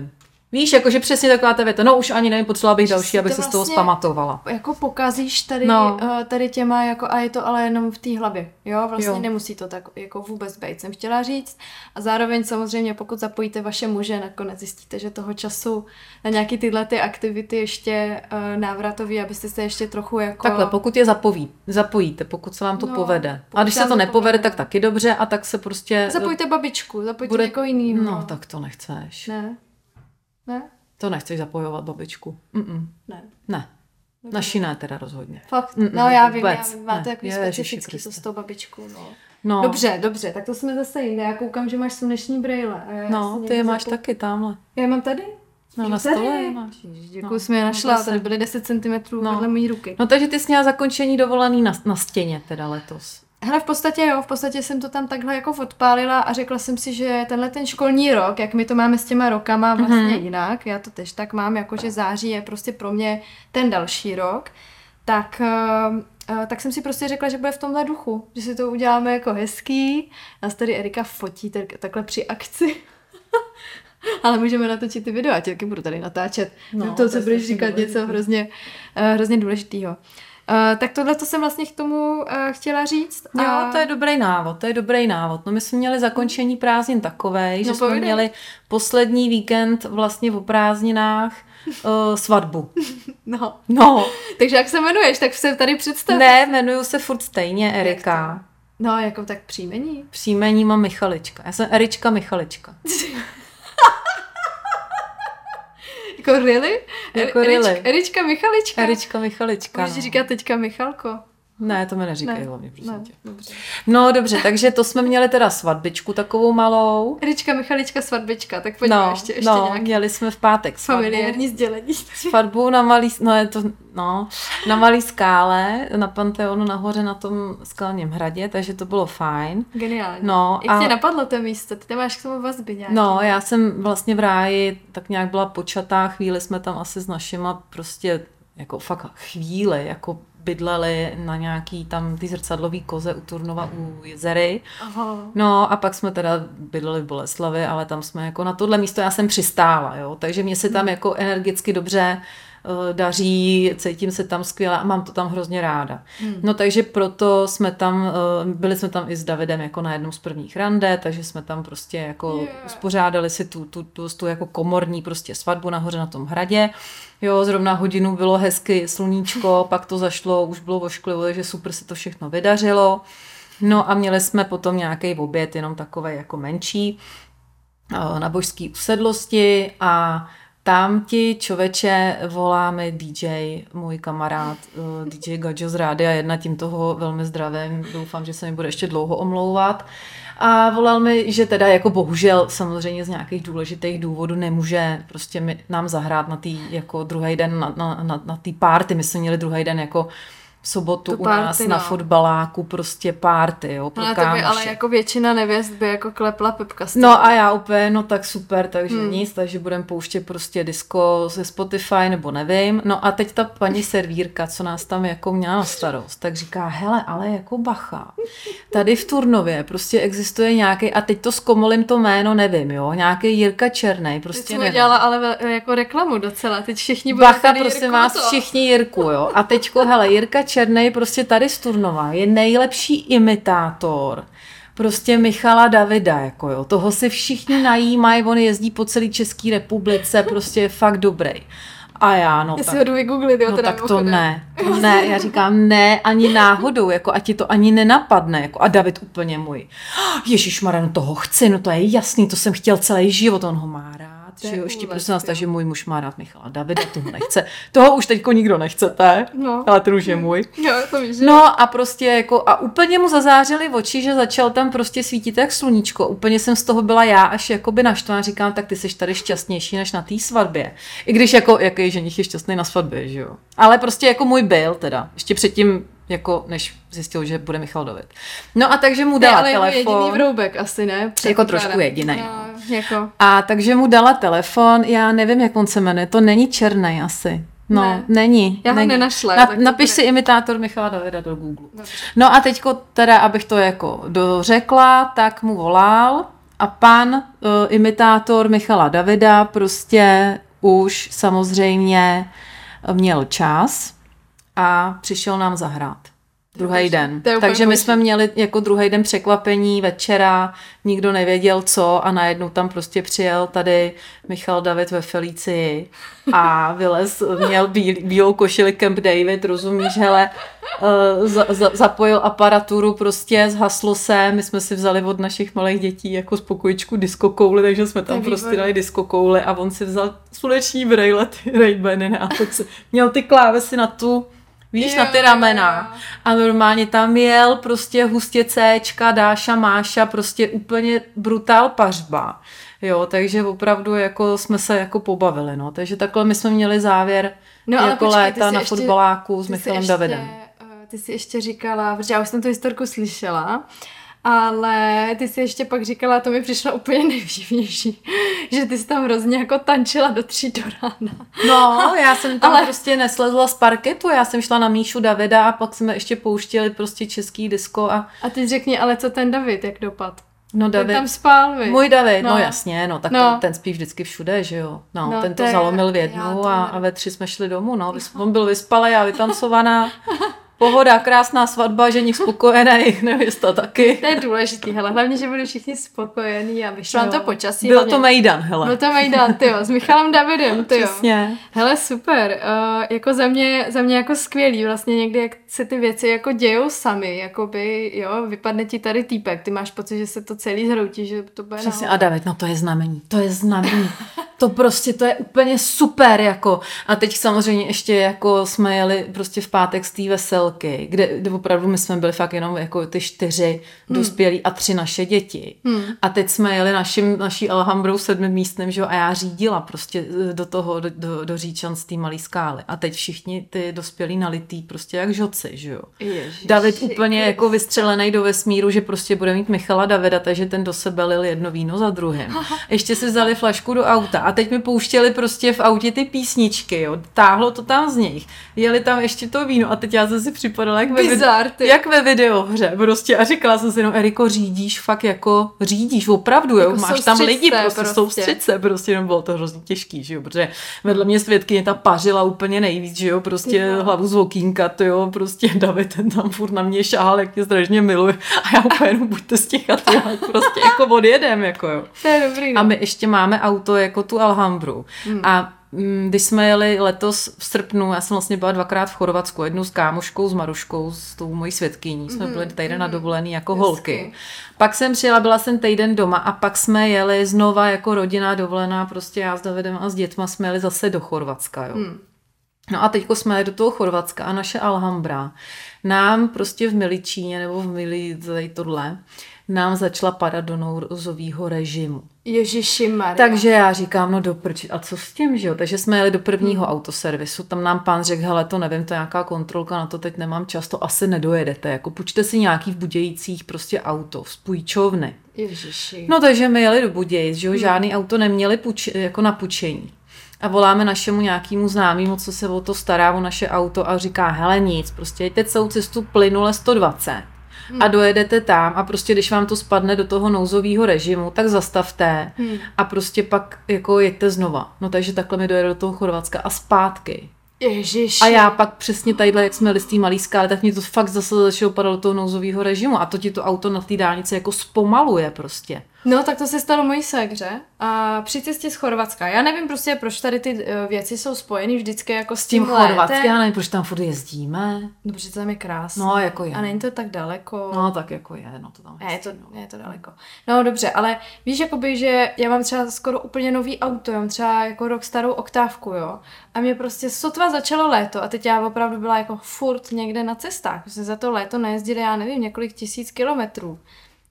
Víš, jakože přesně taková ta věta, no už ani nevím, potřebovala bych další, abych se vlastně z toho zpamatovala. Jako pokazíš tady, tady těma, jako, a je to ale jenom v té hlavě, jo, vlastně nemusí to tak jako vůbec být, jsem chtěla říct. A zároveň samozřejmě, pokud zapojíte vaše muže, nakonec zjistíte, že toho času na nějaký tyhle ty aktivity ještě návratový, abyste se ještě trochu jako... Takhle, pokud je zapojíte, pokud se vám to povede. A když se to nepovede, tak taky dobře a tak se prostě... Zapojte babičku, zapojte někoho jinýho. No, tak to nechceš. Ne? To nechceš zapojovat babičku. Ne. Naši ne teda rozhodně. Fakt? No já vím, máte takový specifický to s tou babičkou. No. Dobře, tak to jsme zase jinde. Já koukám, že máš sluneční brejle. No, ty je máš taky tamhle. Já je mám tady? No, na stole je máš. Děkuji, jsem je našla. Tady byly 10 cm vedle mojí ruky. No, takže ty jsi měla zakončení dovolený na stěně teda letos. Hele, v podstatě jsem to tam takhle jako odpálila a řekla jsem si, že tenhle ten školní rok, jak my to máme s těma rokama vlastně jinak, já to tež tak mám, jakože září je prostě pro mě ten další rok, tak jsem si prostě řekla, že bude v tomhle duchu, že si to uděláme jako hezký. Nás tady Erika fotí takhle při akci. Ale můžeme natočit ty videa, taky budu tady natáčet. To, co budeš říkat, něco hrozně důležitého. Tak tohle to jsem vlastně k tomu chtěla říct. Jo, to je dobrý návod. No my jsme měli zakončení prázdnin takovej, že jsme měli poslední víkend vlastně o prázdninách svatbu. No. Takže jak se jmenuješ, tak se tady představ. Ne, jmenuju se furt stejně Erika. No, jako tak příjmení. Příjmení mám Michalička. Já jsem Erička Michalička. Jako really? Erička Michalička. Můžeš říkat teďka Michalko. Ne, to mi neříkají hlavně, prosím tě. No dobře, takže to jsme měli teda svatbičku takovou malou. Erička Michalička svatbička, tak pojďme ještě nějaký. Měli jsme v pátek svatbu. Familiární sdělení. Svatbu na malý skále, na Panteonu nahoře na tom skalním hradě, takže to bylo fajn. Geniální. Jak tě napadlo to místo? Ty máš k tomu vazby nějaký? No, já jsem vlastně v ráji tak nějak byla počatá, chvíli jsme tam asi s našima prostě jako fakt chvíli, jako bydleli na nějaký tam ty zrcadlový koze u Turnova u Jezery. Aha. No a pak jsme teda bydleli v Boleslavi, ale tam jsme jako na tohle místo já jsem přistála, jo, takže mě se tam jako energicky dobře daří, cítím se tam skvěle a mám to tam hrozně ráda. No takže proto jsme tam, byli jsme tam i s Davidem jako na jednom z prvních rande, takže jsme tam prostě jako uspořádali si tu jako komorní prostě svatbu nahoře na tom hradě. Jo, zrovna hodinu bylo hezky sluníčko, pak to zašlo, už bylo vošklivo, takže super se to všechno vydařilo. No a měli jsme potom nějaký oběd, jenom takovej jako menší, na božský usedlosti a tam ti člověče volá mi DJ, můj kamarád, DJ Gadžo z Rádia 1, tím toho velmi zdravím, doufám, že se mi bude ještě dlouho omlouvat. A volal mi, že teda jako bohužel samozřejmě z nějakých důležitých důvodů nemůže prostě nám zahrát na tý jako druhý den na tý party. My jsme měli druhý den jako v sobotu u nás na fotbaláku prostě party, jo, pro kámoše. Ale jako většina nevěst by jako klepla Pepka. No a já úplně, no tak super, takže nic, takže budeme pouštět prostě disco ze Spotify, nebo nevím. No a teď ta paní servírka, co nás tam jako měla na starost, tak říká, hele, ale jako bacha, tady v Turnově prostě existuje nějaký, a teď to zkomolím to jméno, nevím, jo, nějaký Jirka Černej, prostě teď jsme dělala ale jako reklamu docela, teď všichni budou bacha, prosím vás, všichni Jirku, jo, a teďko, hele, Jirka Černej prostě tady z Turnova je nejlepší imitátor prostě Michala Davida, jako jo, toho si všichni najímají, on jezdí po celé České republice, prostě je fakt dobrý. A já, no tak. Si ho jdu vygooglit, jo, no teda tak to ne, já říkám ne, ani náhodou, jako a ti to ani nenapadne, jako a David úplně můj. Ježišmarja, no toho chci, no to je jasný, to jsem chtěl celý život, on ho má rád. Že jo, ještě prosím nás, takže můj muž má rád Michala Davida, toho nechce. Toho už teďko nikdo nechcete, ale ten už je můj. Jo, to víš, no a prostě jako, a úplně mu zazářily oči, že začal tam prostě svítit jak sluníčko. Úplně jsem z toho byla já až jakoby naštvaná, říkám, tak ty jsi tady šťastnější než na té svatbě. I když jako, jaký ženich je šťastný na svatbě, že jo. Ale prostě jako můj byl teda, ještě předtím, jako než zjistil, že bude Michal David. No a takže mu dala telefon. Ale jediný vroubek asi, ne? Jako trošku jediný. No, jako. A takže mu dala telefon, já nevím, jak on se jmenuje, to není Černej asi. No, ne. Není. Já ho nenašla. Napiš si imitátor Michala Davida do Google. Dobře. No a teďko teda, abych to jako dořekla, tak mu volal A pan imitátor Michala Davida prostě už samozřejmě měl čas a přišel nám zahrát. Druhý den. Takže my jsme měli jako druhý den překvapení večera, nikdo nevěděl co a najednou tam prostě přijel tady Michal David ve Felicii a měl bílou košili Camp David, rozumíš, hele, zapojil aparaturu, prostě zhaslo se, my jsme si vzali od našich malých dětí jako z pokojičku diskokouly, takže jsme tam prostě dali diskokouly a on si vzal sluneční brejle, ty Ray-Bany a měl ty klávesy na tu víš, na ty ramena. A normálně tam jel prostě hustě Cčka, Dáša, Máša, prostě úplně brutál pařba. Jo, takže opravdu jako jsme se jako pobavili, no. Takže takhle my jsme měli závěr jako léta na fotbaláku s Michalem Davidem. Ty jsi ještě říkala, protože já už jsem tu historku slyšela, ale ty jsi ještě pak říkala, to mi přišlo úplně nejvživnější, že ty jsi tam hrozně jako tančila do 3 do rána. No, já jsem tam prostě neslezla z parketu, já jsem šla na Míšu Davida a pak jsme ještě pouštěli prostě český disko a ty řekni, ale co ten David, jak dopad? No David. Ten tam spál, viď? Můj David, no jasně, no tak ten spí vždycky všude, že jo. No ten to zalomil v 1 a ve 3 jsme šli domů, no. On byl vyspalý a vytancovaná. Pohoda, krásná svatba, ženich spokojený, nevěsta taky. To je důležitý, hele, hlavně, že byli všichni spokojení a vyšlo to počasí. Byl to mejdan, hele. Byl to mejdan, tyjo, s Michalem Davidem, tyjo. Přesně. Hele, super, jako za mě jako skvělý, vlastně někdy, jak se ty věci jako dějou sami, jakoby, jo, vypadne ti tady týpek, ty máš pocit, že se to celý zhroutí, že to bude přesně, a David, no to je znamení. To prostě, to je úplně super, jako. A teď samozřejmě ještě jako jsme jeli prostě v pátek z té veselky, kde opravdu my jsme byli fakt jenom jako ty 4 dospělí a 3 naše děti. A teď jsme jeli naší Alhambrou 7místným, že jo, a já řídila prostě do toho, do Říčan z té malý skály. A teď všichni ty dospělí nalitý prostě jak žoci, že jo. Ježiši, David úplně jako vystřelený do vesmíru, že prostě bude mít Michala Davida, takže ten do sebe lil jedno víno za druhým. Ještě si vzali flašku do auta. A teď mi pouštěli prostě v autě ty písničky, jo. Táhlo to tam z nich. Jeli tam ještě to víno a teď já jsem si připadala jak ve videohře prostě a říkala jsem si, no Eriko, řídíš fakt jako řídíš, opravdu, jo. Jako máš tam lidi, prostě soustřed se, prostě no, bylo to hrozně těžký, že jo, protože vedle mě svědkyně ta pařila úplně nejvíc, že jo, prostě hlavu z okýnka, to jo, prostě David ten tam furt na mě šáhal, jak tě strašně miluje a já úplně jenom buďte sticha, prostě jako odjedem, jako jo. To je dobrý, no. A my ještě máme auto jako tu Alhambru. A když jsme jeli letos v srpnu, já jsem vlastně byla 2krát v Chorvatsku, jednou s kámoškou, s Maruškou, s tou mojí svědkyní, jsme byli týden na dovolený jako holky. Pak jsem přijela, byla jsem týden doma a pak jsme jeli znova jako rodinná dovolená, prostě já s Davidem a s dětma jsme jeli zase do Chorvatska, jo. No a teďko jsme jeli do toho Chorvatska a naše Alhambra nám prostě v Miličíně nebo v tohle nám začala padat do nouzového režimu. Ježišimarja. Takže já říkám, no doprči, a co s tím, že jo? Takže jsme jeli do prvního autoservisu, tam nám pán řekl, hele, to nevím, to je nějaká kontrolka, na to teď nemám čas, to asi nedojedete, jako půjčte si nějaký v Budějicích prostě auto, z půjčovny. Ježiši. No takže my jeli do Budějic, že jo, žádný auto neměli jako na půjčení. A voláme našemu nějakému známému, co se o to stará, o naše auto a říká, hele nic, prostě jeďte celou cestu plynule 120. A dojedete tam a prostě když vám to spadne do toho nouzového režimu, tak zastavte a prostě pak jako jeďte znova. No takže takhle mi dojede do toho Chorvatska a zpátky. Ježiši. A já pak přesně tadyhle, jak jsme jeli z té malý skály, tak mě to fakt zase začalo padat do toho nouzového režimu a to ti to auto na té dálnici jako zpomaluje prostě. No, tak to se stalo mojí ségře a při cestě z Chorvatska. Já nevím prostě, proč tady ty věci jsou spojeny vždycky jako s tím Chorvatskem. Já nevím, proč tam furt jezdíme. No, protože to tam je krásné. No, jako je. A není to tak daleko. No, tak jako je, no to tam je to daleko. No, dobře, ale víš, jakoby, že já mám třeba skoro úplně nový auto, já mám třeba jako rok starou oktávku, jo. A mě prostě sotva začalo léto a teď já opravdu byla jako furt někde na cestách. Jsme za to léto najezdili, já nevím, několik 1000 kilometrů.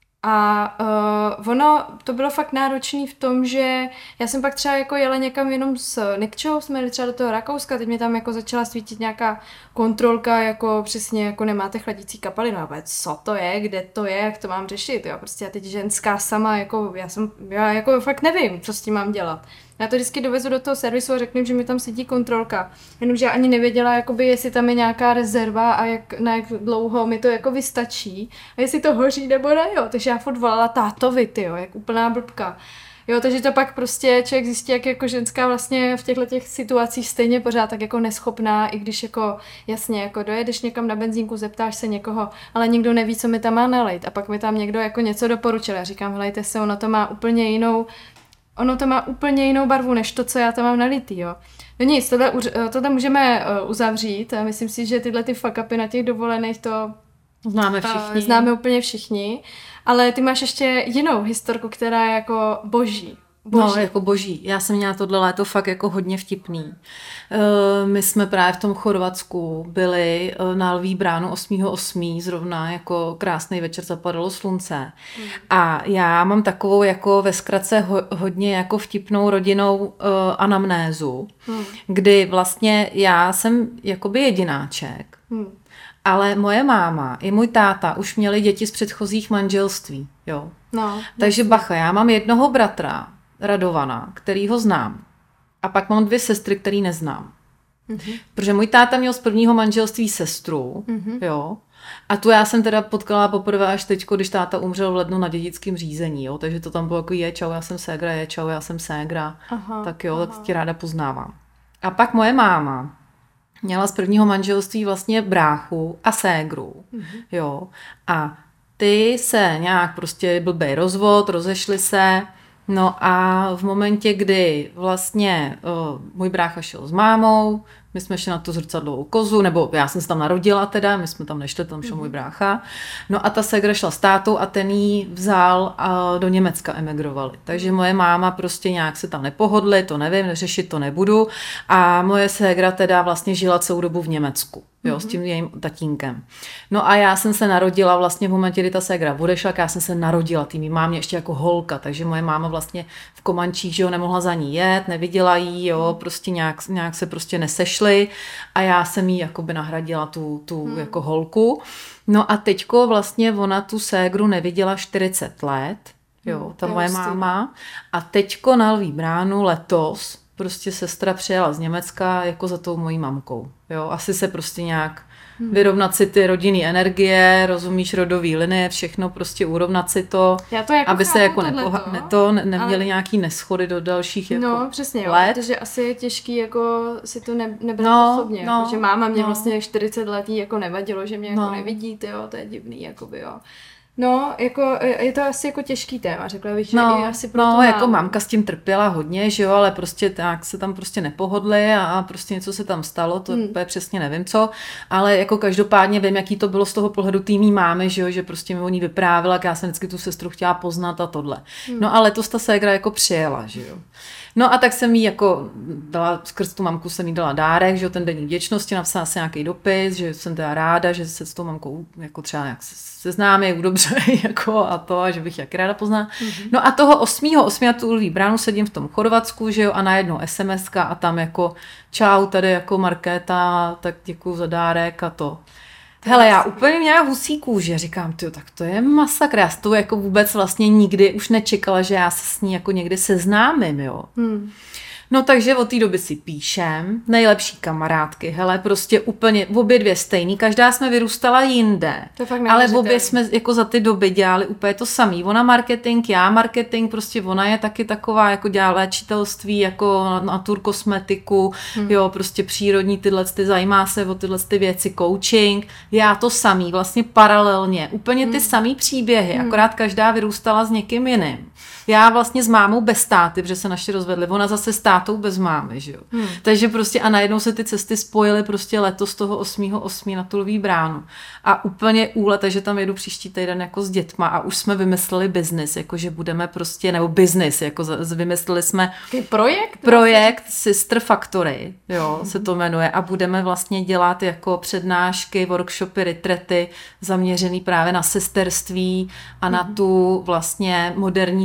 A ono to bylo fakt náročný v tom, že já jsem pak třeba jako jela někam jenom s Nikčou, jsme jeli třeba do toho Rakouska, teď mě tam jako začala svítit nějaká kontrolka, jako přesně jako nemáte chladící kapalinu, no, co to je, kde to je, jak to mám řešit, jo, prostě já teď ženská sama, jako já jako fakt nevím, co s tím mám dělat. Já to vždycky dovezu do toho servisu a řeknu, že mi tam sedí kontrolka. Jenomže já ani nevěděla, jakoby, jestli tam je nějaká rezerva a na jak dlouho mi to jako vystačí. A jestli to hoří nebo ne, jo. Takže já furt volala tátovi, tyjo, jak úplná blbka. Jo, takže to pak prostě člověk zjistí, jak jako ženská vlastně v těchto těch situacích stejně pořád tak jako neschopná, i když jako jasně, jako dojedeš někam na benzínku, zeptáš se někoho, ale nikdo neví, co mi tam má nalejt. A pak mi tam někdo jako něco doporučil. Já říkám, helejte se, ono to má úplně jinou barvu, než to, co já tam mám nalitý, jo. No nic, tohle můžeme uzavřít. Myslím si, že tyhle ty fuck upy na těch dovolených to známe úplně všichni. Ale ty máš ještě jinou historku, která je jako boží. No, jako boží. Já jsem měla tohle léto fakt jako hodně vtipný. My jsme právě v tom Chorvatsku byli na Lví bránu 8.8. zrovna jako krásný večer, zapadalo slunce. A já mám takovou jako ve zkratce hodně jako vtipnou rodinnou anamnézu, kdy vlastně já jsem jakoby jedináček. Ale moje máma i můj táta už měli děti z předchozích manželství, jo. No, takže bacha, já mám jednoho bratra, Radovana, kterýho znám. A pak mám 2 sestry, který neznám. Protože můj táta měl z prvního manželství sestru, jo. A tu já jsem teda potkala poprvé až teďko, když táta umřel v lednu na dědickém řízení, jo. Takže to tam bylo jako čau, já jsem ségra, čau, já jsem ségra. Tak jo, tak tě ráda poznávám. A pak moje máma měla z prvního manželství vlastně bráchu a ségru, jo. A ty se nějak prostě blbej rozvod, rozešli se, no a v momentě, kdy vlastně můj brácha šel s mámou, my jsme šli na tu zrcadlovou kozu, nebo já jsem se tam narodila teda, my jsme tam nešli, tam šel můj brácha. No a ta ségra šla s tátou a ten jí vzal a do Německa emigrovali. Takže moje máma prostě nějak se tam nepohodli, to nevím, řešit to nebudu. A moje ségra teda vlastně žila celou dobu v Německu, jo, s tím jejím tatínkem. No a já jsem se narodila vlastně v momentě, kdy ta ségra odešla, já jsem se narodila tým mámě ještě jako holka, takže moje máma vlastně v Komančích, že jo, nemohla za ní jet, neviděla jí, jo, prostě nějak se prostě nesešli a já jsem jí jakoby nahradila tu jako holku. No a teďko vlastně ona tu ségru neviděla 40 let, jo, ta moje máma. A teďko na Lví bránu letos prostě sestra přijela z Německa jako za tou mojí mamkou, jo, asi se prostě nějak vyrovnat si ty rodinný energie, rozumíš, rodový linie, všechno prostě urovnat si to, jako aby se jako neměli nějaký neschody do dalších jako no, přesně, jo, let. protože asi je těžký jako si to nebrat osobně, jako, že máma mě vlastně 40 let jako nevadilo, že mě jako nevidí, jo, to je divný, jakoby, jo. No, jako je to asi jako těžký téma, řekla bych, že i asi pro to jako mamka s tím trpěla hodně, že jo, ale prostě tak se tam prostě nepohodli a prostě něco se tam stalo, to je přesně nevím co, ale jako každopádně vím, jaký to bylo z toho pohledu týmí mámy, že jo, že prostě mi o ní vyprávěla, já jsem vždycky tu sestru chtěla poznat a tohle. No a letos ta ségra jako přijela, že jo. No a tak jsem jí jako dala, skrz tu mamku jsem jí dala dárek, že jo, ten den vděčnosti, napsala si nějaký dopis, že jsem teda ráda, že se s tou mamkou jako třeba nějak seznámí, dobře, jako a to, a že bych jak ráda poznala. No a toho 8.8. na tu Lví bránu sedím v tom Chorvatsku, že jo, a najednou SMS-ka a tam jako čau, tady jako Markéta, tak děkuju za dárek a to. Hele, já úplně měla husí kůže, říkám, tyjo, tak to je masakr, já to jako vůbec vlastně nikdy už nečekala, že já se s ní jako někdy seznámím, jo. No takže od té doby si píšem, nejlepší kamarádky, hele, prostě úplně obě 2 stejný, každá jsme vyrůstala jinde, ale obě jsme jako za ty doby dělali úplně to samý, ona marketing, já marketing, prostě ona je taky taková, jako dělá léčitelství, jako naturkosmetiku, jo, prostě přírodní ty zajímá se o tyhle ty věci, coaching, já to samý, vlastně paralelně, úplně ty samý příběhy, akorát každá vyrůstala s někým jiným. Já vlastně s mámou bez táty, protože se naši rozvedli, ona zase s tátou bez mámy, že jo. Takže prostě a najednou se ty cesty spojily prostě letos toho 8.8. na tu Lví bránu. A úplně úlet, takže tam jedu příští týden jako s dětma a už jsme vymysleli biznis, jako že budeme prostě, nebo biznis, jako vymysleli jsme projekt Sister Factory, jo, se to jmenuje a budeme vlastně dělat jako přednášky, workshopy, retrety zaměřený právě na sesterství a na tu vlastně moderní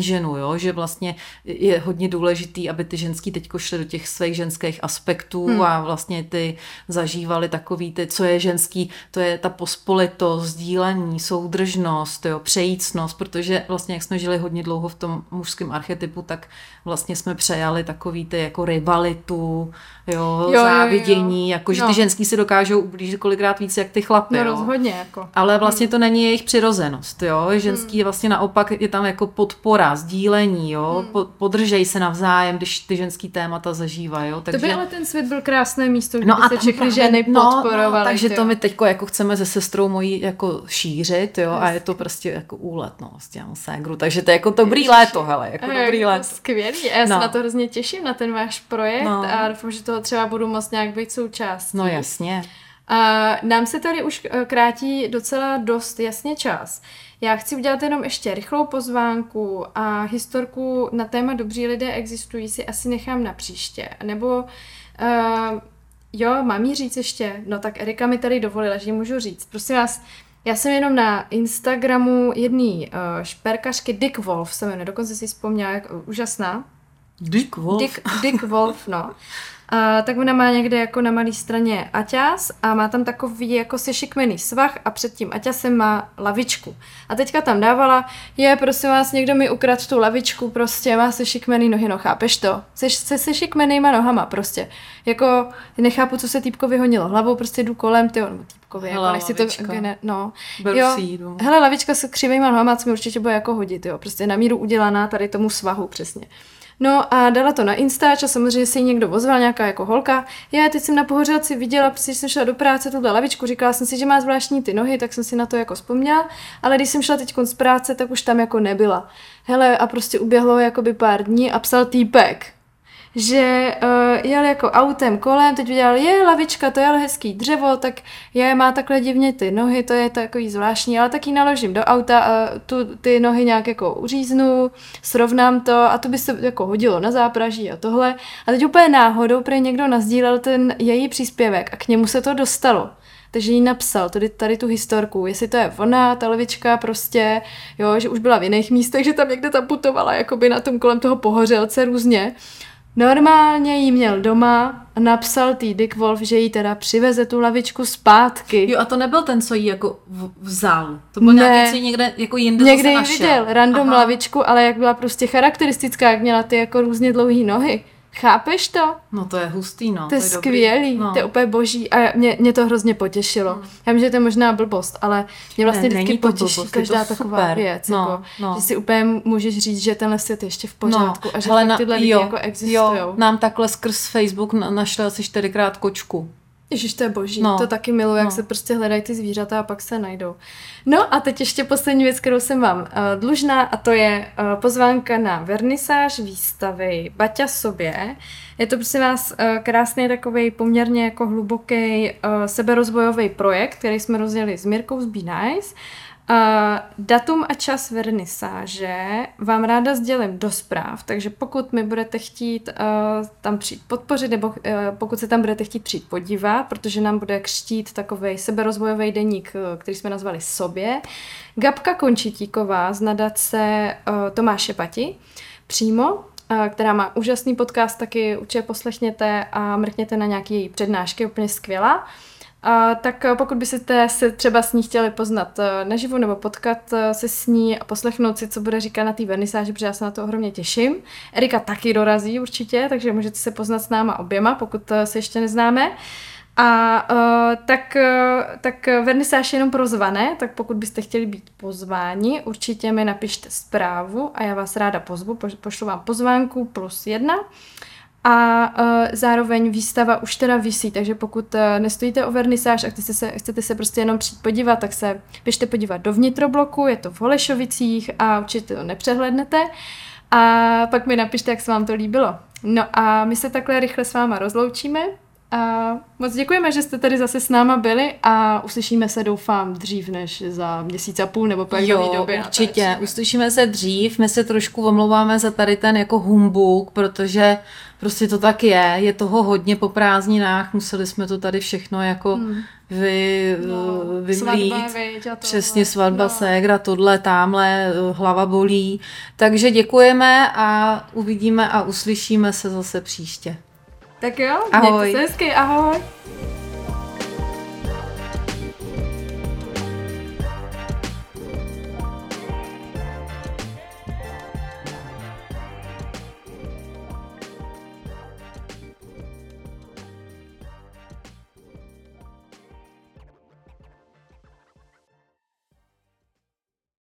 ženu, jo? Že vlastně je hodně důležitý, aby ty ženský teďko šly do těch svých ženských aspektů a vlastně ty zažívali takový ty, co je ženský, to je ta pospolitost, sdílení, soudržnost, jo? Přejícnost, protože vlastně jak jsme žili hodně dlouho v tom mužském archetypu, tak vlastně jsme přejali takový ty jako rivalitu, jo, závidění, jako že ty ženský si dokážou ublížit kolikrát víc jak ty chlapy. No rozhodně. Jako. Ale vlastně to není jejich přirozenost, jo, ženský je vlastně naopak, je tam jako podpora, sdílení, jo, podržej se navzájem, když ty ženský témata zažívají, jo. Takže... To by ale ten svět byl krásné místo, kde se všechny ženy podporovaly. Takže to my teďko jako chceme se sestrou mojí jako šířit, jo, a je to prostě jako úlet, no, s těm ségru, takže to je jako dobrý léto, hele, jako dobrý léto. Skvělý, já se na to hrozně těším, na ten váš projekt a doufám, že toho třeba budu moct nějak být součástí. No jasně. Nám se tady už krátí docela dost jasně čas. Já chci udělat jenom ještě rychlou pozvánku a historku na téma Dobří lidé existují si asi nechám na příště. Nebo mám jí říct ještě? No tak Erika mi tady dovolila, že ji můžu říct. Prosím vás, já jsem jenom na Instagramu jedný šperkařky Dick Wolf se jmenuje, dokonce si vzpomněla, jak úžasná. Dick Wolf? Dick Wolf, no. Tak ona má někde jako na malé straně aťas a má tam takový jako sešikmený svah a před tím aťasem má lavičku. A teďka tam dávala, prosím vás, někdo mi ukradl tu lavičku, prostě má sešikmený nohy, no chápeš to? Se sešikmenýma nohama prostě. Jako nechápu, co se týpkovi honilo hlavou, prostě jdu kolem, nebo týpkovi, jako nechci lavička. To, no. Jo, hele, lavička se křivýma nohama, co mi určitě bude jako hodit, jo, prostě na míru udělaná tady tomu svahu přesně. No a dala to na Instač a samozřejmě si ji někdo ozval, nějaká jako holka. Já teď jsem na Pohořelci viděla, protože jsem šla do práce tuhle lavičku, říkala jsem si, že má zvláštní ty nohy, tak jsem si na to jako vzpomněla, ale když jsem šla teď z práce, tak už tam jako nebyla. Hele, a prostě uběhlo jakoby pár dní a psal týpek, že jel jako autem kolem, teď viděl, lavička, to je ale hezký dřevo, tak má takhle divně ty nohy, to je takový zvláštní, ale tak ji naložím do auta a ty nohy nějak jako uříznu, srovnám to a to by se jako hodilo na zápraží a tohle. A teď úplně náhodou prý někdo nasdílel ten její příspěvek a k němu se to dostalo. Takže jí napsal tady tu historku, jestli to je ona, ta levička prostě, jo, že už byla v jiných místech, že tam někde tam putovala jakoby na tom kolem toho Pohořelce různě. Normálně jí měl doma a napsal tý Dick Wolf, že jí teda přiveze tu lavičku zpátky. Jo, a to nebyl ten, co jí jako vzal. To byl nějaký, co jí někde jako jinde někde zase našel. Viděl random lavičku, ale jak byla prostě charakteristická, jak měla ty jako různě dlouhý nohy. Chápeš to? No to je hustý, no. To je skvělý, to je úplně boží a mě to hrozně potěšilo. Já vím, že to je možná blbost, ale mě vlastně vždycky potěší každá taková věc, že si úplně můžeš říct, že tenhle svět je ještě v pořádku a že tyhle lidi jako existujou. Nám takhle skrz Facebook našla asi 4krát kočku. Ježiš, to je boží, to taky miluji, jak se prostě hledají ty zvířata a pak se najdou. No a teď ještě poslední věc, kterou jsem vám dlužná a to je pozvánka na vernisáž výstavy Baťa sobě. Je to prostě vás krásný takovej poměrně jako hluboký seberozvojový projekt, který jsme rozjeli s Mirkou z Be Nice. Datum a čas vernisáže vám ráda sdělím do zpráv, takže pokud mi budete chtít tam přijít podpořit, nebo pokud se tam budete chtít přijít podívat, protože nám bude křtít takovej seberozvojový deník, který jsme nazvali Sobě, Gabka Končitíková z nadace Tomáše Bati přímo, která má úžasný podcast, taky určitě poslechněte a mrkněte na nějaké její přednášky, úplně skvělá. Tak pokud byste se třeba s ní chtěli poznat naživo nebo potkat se s ní a poslechnout si, co bude říkat na té vernisáži, protože já se na to ohromně těším. Erika taky dorazí určitě, takže můžete se poznat s náma oběma, pokud se ještě neznáme. Tak vernisáž je jenom pro zvané, tak pokud byste chtěli být pozváni, určitě mi napište zprávu a já vás ráda pozvu, pošlu vám pozvánku +1. A zároveň výstava už teda visí, takže pokud nestojíte o vernisáž a chcete se prostě jenom přijít podívat, tak se běžte podívat do vnitrobloku, je to v Holešovicích a určitě to nepřehlédnete. A pak mi napište, jak se vám to líbilo. No a my se takhle rychle s váma rozloučíme A moc děkujeme, že jste tady zase s náma byli a uslyšíme se, doufám, dřív než za měsíc a půl nebo po jakové době. Určitě, uslyšíme se dřív, my se trošku omlouváme za tady ten jako humbuk, protože prostě to tak je toho hodně po prázdninách, museli jsme to tady všechno jako vymlít. Přesně, svatba, ségra, tohle, támhle, hlava bolí. Takže děkujeme a uvidíme a uslyšíme se zase příště. Tak jo, ahoj. mějte se hezky, ahoj.